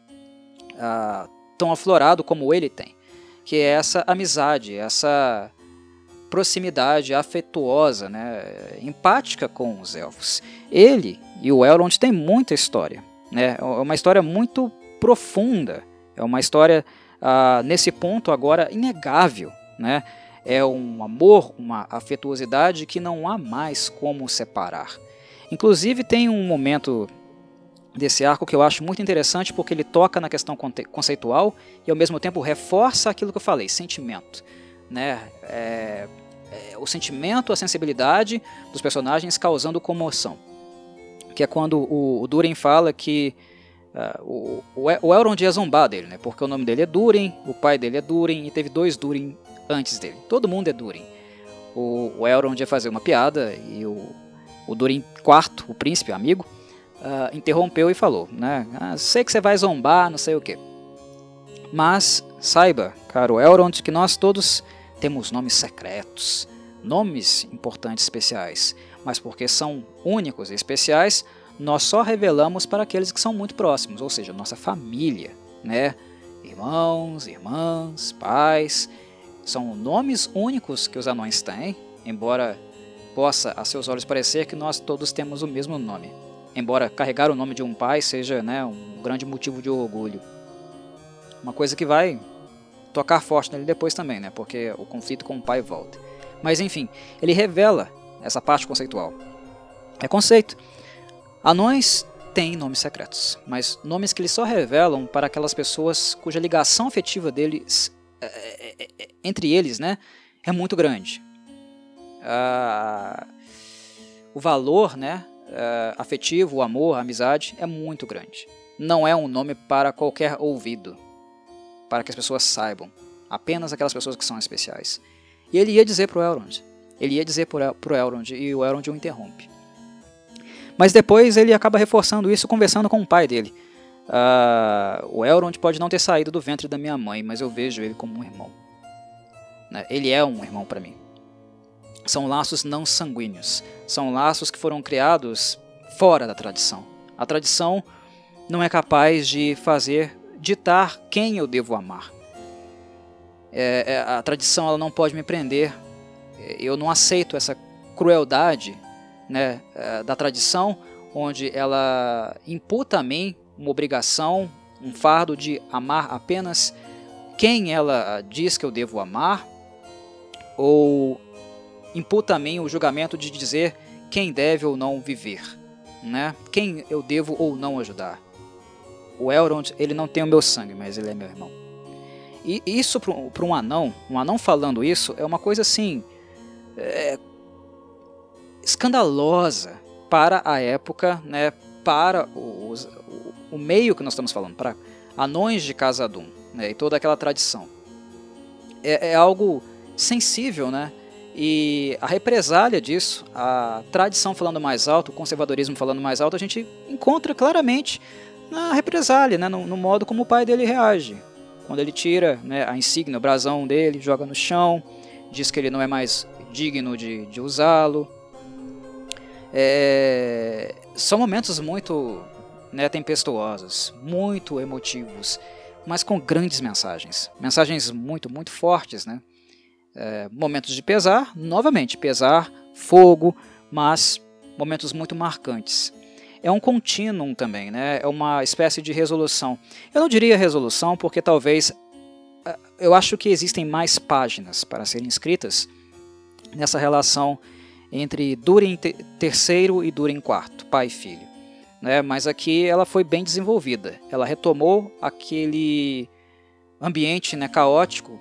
uh, tão aflorado como ele tem, que é essa amizade, essa proximidade afetuosa, né, empática com os elfos. Ele e o Elrond têm muita história, né, é uma história muito profunda, é uma história uh, nesse ponto agora inegável, né, é um amor, uma afetuosidade que não há mais como separar. Inclusive tem um momento desse arco que eu acho muito interessante porque ele toca na questão conceitual e ao mesmo tempo reforça aquilo que eu falei, sentimento, né? É, é, o sentimento, a sensibilidade dos personagens causando comoção, que é quando o, o Durin fala que uh, o, o Elrond ia zombar dele, né? Porque o nome dele é Durin, o pai dele é Durin e teve dois Durin antes dele, todo mundo é Durin. O, o Elrond ia fazer uma piada e o, o Durin quarto, o príncipe, amigo, uh, interrompeu e falou, né? Ah, sei que você vai zombar, não sei o que. Mas saiba, caro Elrond, que nós todos temos nomes secretos, nomes importantes especiais, mas porque são únicos e especiais, nós só revelamos para aqueles que são muito próximos, ou seja, nossa família, né? Irmãos, irmãs, pais, são nomes únicos que os anões têm, embora possa a seus olhos parecer que nós todos temos o mesmo nome, embora carregar o nome de um pai seja, né, um grande motivo de orgulho. Uma coisa que vai tocar forte nele depois também, né? Porque o conflito com o pai volta. Mas enfim, ele revela essa parte conceitual. É conceito. Anões têm nomes secretos, mas nomes que eles só revelam para aquelas pessoas cuja ligação afetiva deles, é, é, é, entre eles, né, é muito grande. Ah, o valor, né, é, afetivo, o amor, a amizade é muito grande. Não é um nome para qualquer ouvido, para que as pessoas saibam, apenas aquelas pessoas que são especiais. E ele ia dizer para o Elrond, ele ia dizer para o Elrond, e o Elrond o interrompe. Mas depois ele acaba reforçando isso conversando com o pai dele. Uh, o Elrond pode não ter saído do ventre da minha mãe, mas eu vejo ele como um irmão. Né? Ele é um irmão para mim. São laços não sanguíneos, são laços que foram criados fora da tradição. A tradição não é capaz de fazer ditar quem eu devo amar. É, é, a tradição ela não pode me prender. Eu não aceito essa crueldade, né, é, da tradição, onde ela imputa a mim uma obrigação, um fardo de amar apenas quem ela diz que eu devo amar, ou imputa a mim o julgamento de dizer quem deve ou não viver, né, quem eu devo ou não ajudar. O Elrond, ele não tem o meu sangue, mas ele é meu irmão. E isso para um anão, um anão falando isso, é uma coisa assim, é, escandalosa para a época, né, para os, o, o meio que nós estamos falando, para anões de Khazad-dûm, né, e toda aquela tradição. É, é algo sensível, né, E a represália disso, a tradição falando mais alto, o conservadorismo falando mais alto, a gente encontra claramente na represália, né, no, no modo como o pai dele reage. Quando ele tira, né, a insígnia, o brasão dele, joga no chão, diz que ele não é mais digno de, de usá-lo. É, são momentos muito, né, tempestuosos, muito emotivos, mas com grandes mensagens. Mensagens muito, muito fortes, né? É, momentos de pesar, novamente, pesar, fogo, mas momentos muito marcantes. É um contínuo também, né? É uma espécie de resolução. Eu não diria resolução porque talvez, eu acho que existem mais páginas para serem escritas nessa relação entre Durin terceiro e Durin quarto, pai e filho, né? Mas aqui ela foi bem desenvolvida. Ela retomou aquele ambiente, né, caótico,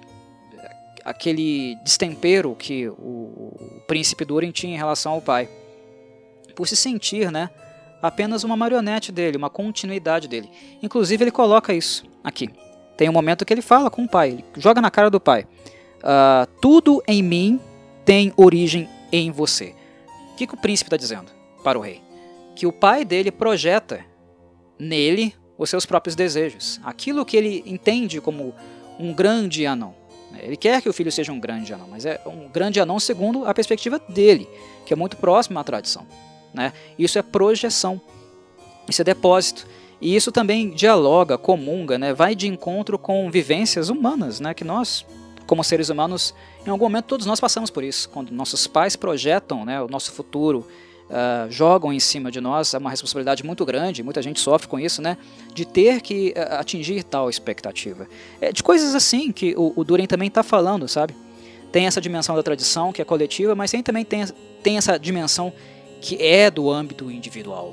aquele destempero que o, o príncipe Durin tinha em relação ao pai, por se sentir, né, apenas uma marionete dele, uma continuidade dele. Inclusive ele coloca isso aqui. Tem um momento que ele fala com o pai, ele joga na cara do pai. Uh, Tudo em mim tem origem em você. O que, que o príncipe está dizendo para o rei? Que o pai dele projeta nele os seus próprios desejos. Aquilo que ele entende como um grande anão. Ele quer que o filho seja um grande anão, mas é um grande anão segundo a perspectiva dele, que é muito próxima à tradição, né? Isso é projeção, isso é depósito. E isso também dialoga, comunga, né? Vai de encontro com vivências humanas, né? Que nós, como seres humanos, em algum momento todos nós passamos por isso. Quando nossos pais projetam, né, o nosso futuro, Uh, jogam em cima de nós, é uma responsabilidade muito grande, muita gente sofre com isso, né, de ter que uh, atingir tal expectativa. É de coisas assim que o, o Durin também está falando, sabe? Tem essa dimensão da tradição que é coletiva, mas tem, também tem, tem essa dimensão que é do âmbito individual.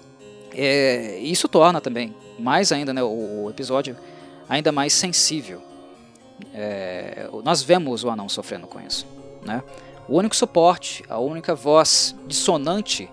É, isso torna também, mais ainda, né, o, o episódio ainda mais sensível. É, nós vemos o anão sofrendo com isso, né? O único suporte, a única voz dissonante,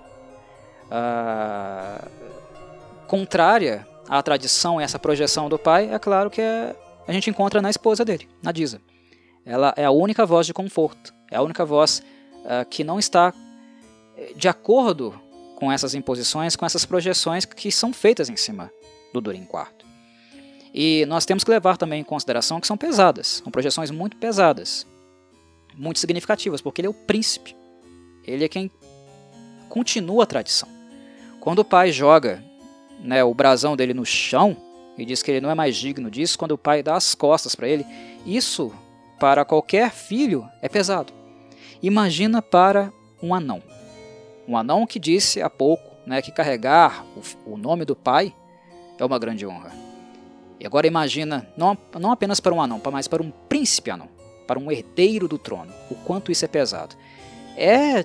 uh, contrária à tradição e essa projeção do pai, é claro que é, a gente encontra na esposa dele, na Disa. Ela é a única voz de conforto, é a única voz uh, que não está de acordo com essas imposições, com essas projeções que são feitas em cima do Durin quarto. E nós temos que levar também em consideração que são pesadas, são projeções muito pesadas, muito significativas, porque ele é o príncipe, ele é quem continua a tradição. Quando o pai joga, né, o brasão dele no chão e diz que ele não é mais digno disso, quando o pai dá as costas para ele, isso para qualquer filho é pesado. Imagina para um anão, um anão que disse há pouco, né, que carregar o, o nome do pai é uma grande honra. E agora imagina, não, não apenas para um anão, mas para um príncipe anão, para um herdeiro do trono, o quanto isso é pesado. É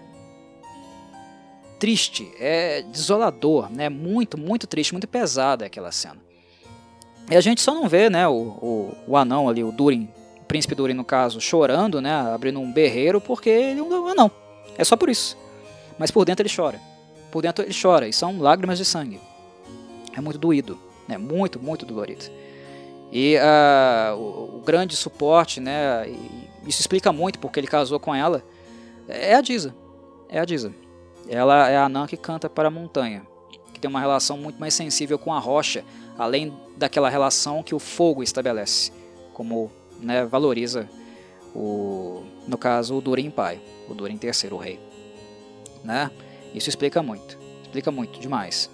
triste, é desolador, né? Muito, muito triste, muito pesada aquela cena. E a gente só não vê, né, o, o, o anão ali, o Durin, o príncipe Durin no caso, chorando, né, abrindo um berreiro, porque ele é um anão. É só por isso. Mas por dentro ele chora. Por dentro ele chora, e são lágrimas de sangue. É muito doído, né? Muito, muito dolorido. E uh, o, o grande suporte, né, isso explica muito porque ele casou com ela, é a Disa. É a Disa. Ela é a anã que canta para a montanha, que tem uma relação muito mais sensível com a rocha, além daquela relação que o fogo estabelece, como, né, valoriza, o, no caso, o Durin pai, o Durin terceiro, o rei. Né? Isso explica muito, explica muito, demais.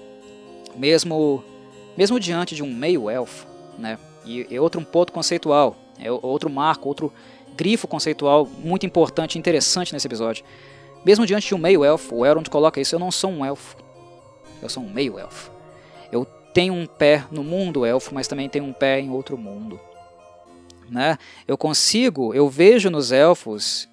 Mesmo, mesmo diante de um meio-elfo, né? E é outro um ponto conceitual, é outro marco, outro grifo conceitual muito importante e interessante nesse episódio. Mesmo diante de um meio-elfo, o Elrond coloca isso: eu não sou um elfo, eu sou um meio-elfo. Eu tenho um pé no mundo elfo, mas também tenho um pé em outro mundo. Né? Eu consigo, eu vejo nos elfos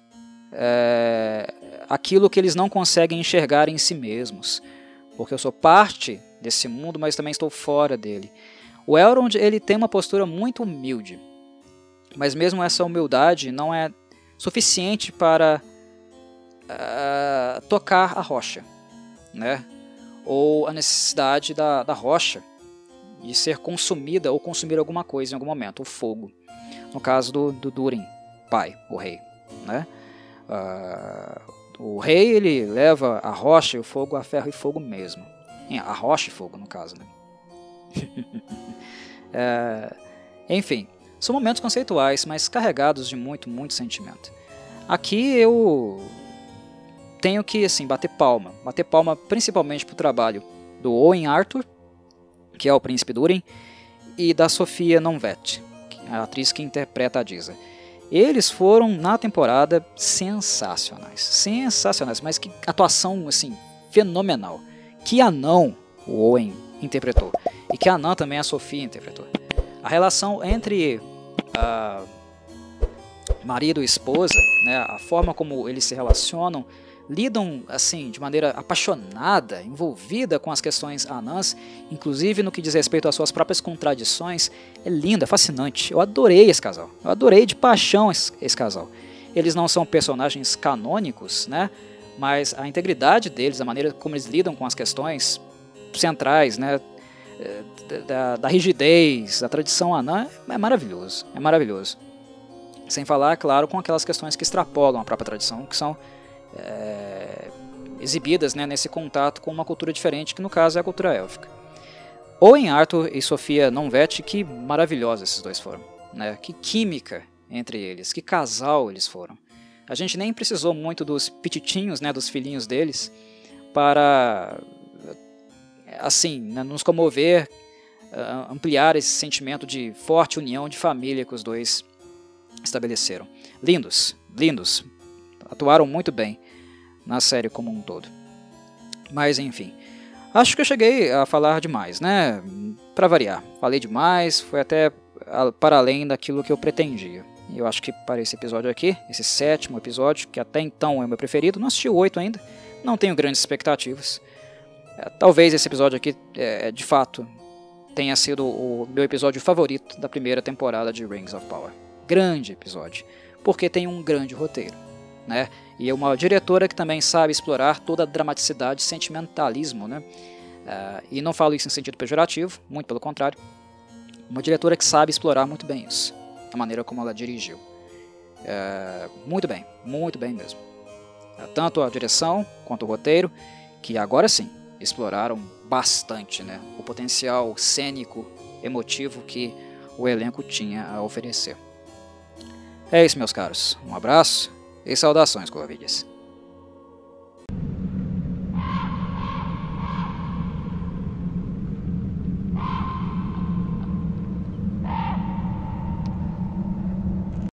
é, aquilo que eles não conseguem enxergar em si mesmos, porque eu sou parte desse mundo, mas também estou fora dele. O Elrond, ele tem uma postura muito humilde, mas mesmo essa humildade não é suficiente para uh, tocar a rocha, né? Ou a necessidade da, da rocha de ser consumida ou consumir alguma coisa em algum momento, o fogo, no caso do, do Durin, pai, o rei, né? Uh, o rei ele leva a rocha e o fogo a ferro e fogo mesmo. A rocha e fogo, no caso, né? é, enfim, são momentos conceituais, mas carregados de muito, muito sentimento. Aqui eu tenho que assim, bater palma. Bater palma principalmente para o trabalho do Owen Arthur, que é o príncipe Durin, e da Sofia Non-Vet, a atriz que interpreta a Disa. Eles foram, na temporada, sensacionais. Sensacionais, mas que atuação assim, fenomenal. Que anão o Owen interpretou. E que anã também a Sofia interpretou. A relação entre uh, marido e esposa, né, a forma como eles se relacionam, lidam assim de maneira apaixonada, envolvida com as questões anãs, inclusive no que diz respeito às suas próprias contradições. É lindo, é fascinante. Eu adorei esse casal. Eu adorei de paixão esse, esse casal. Eles não são personagens canônicos, né? Mas a integridade deles, a maneira como eles lidam com as questões centrais, né? Da, da rigidez, da tradição anã, é maravilhoso. É maravilhoso. Sem falar, claro, com aquelas questões que extrapolam a própria tradição, que são É, exibidas, né, nesse contato com uma cultura diferente, que no caso é a cultura élfica. Owen Arthur e Sofia Non-Vet, que maravilhosos esses dois foram, né? Que química entre eles, que casal eles foram. A gente nem precisou muito dos pititinhos, né, dos filhinhos deles, para assim, né, nos comover, uh, ampliar esse sentimento de forte união de família que os dois estabeleceram. Lindos, lindos. Atuaram muito bem na série como um todo. Mas enfim, acho que eu cheguei a falar demais, né? Para variar, falei demais, foi até para além daquilo que eu pretendia. E eu acho que para esse episódio aqui, esse sétimo episódio, que até então é o meu preferido, não assisti o oito ainda, não tenho grandes expectativas. É, talvez esse episódio aqui, é, de fato, tenha sido o meu episódio favorito da primeira temporada de Rings of Power. Grande episódio, porque tem um grande roteiro. Né? E é uma diretora que também sabe explorar toda a dramaticidade e sentimentalismo, né? Uh, e não falo isso em sentido pejorativo, muito pelo contrário. Uma diretora que sabe explorar muito bem isso, a maneira como ela dirigiu. Uh, muito bem, muito bem mesmo. Uh, tanto a direção quanto o roteiro, que agora sim exploraram bastante, né, o potencial cênico, emotivo que o elenco tinha a oferecer. É isso, meus caros. Um abraço. E saudações, Colovides.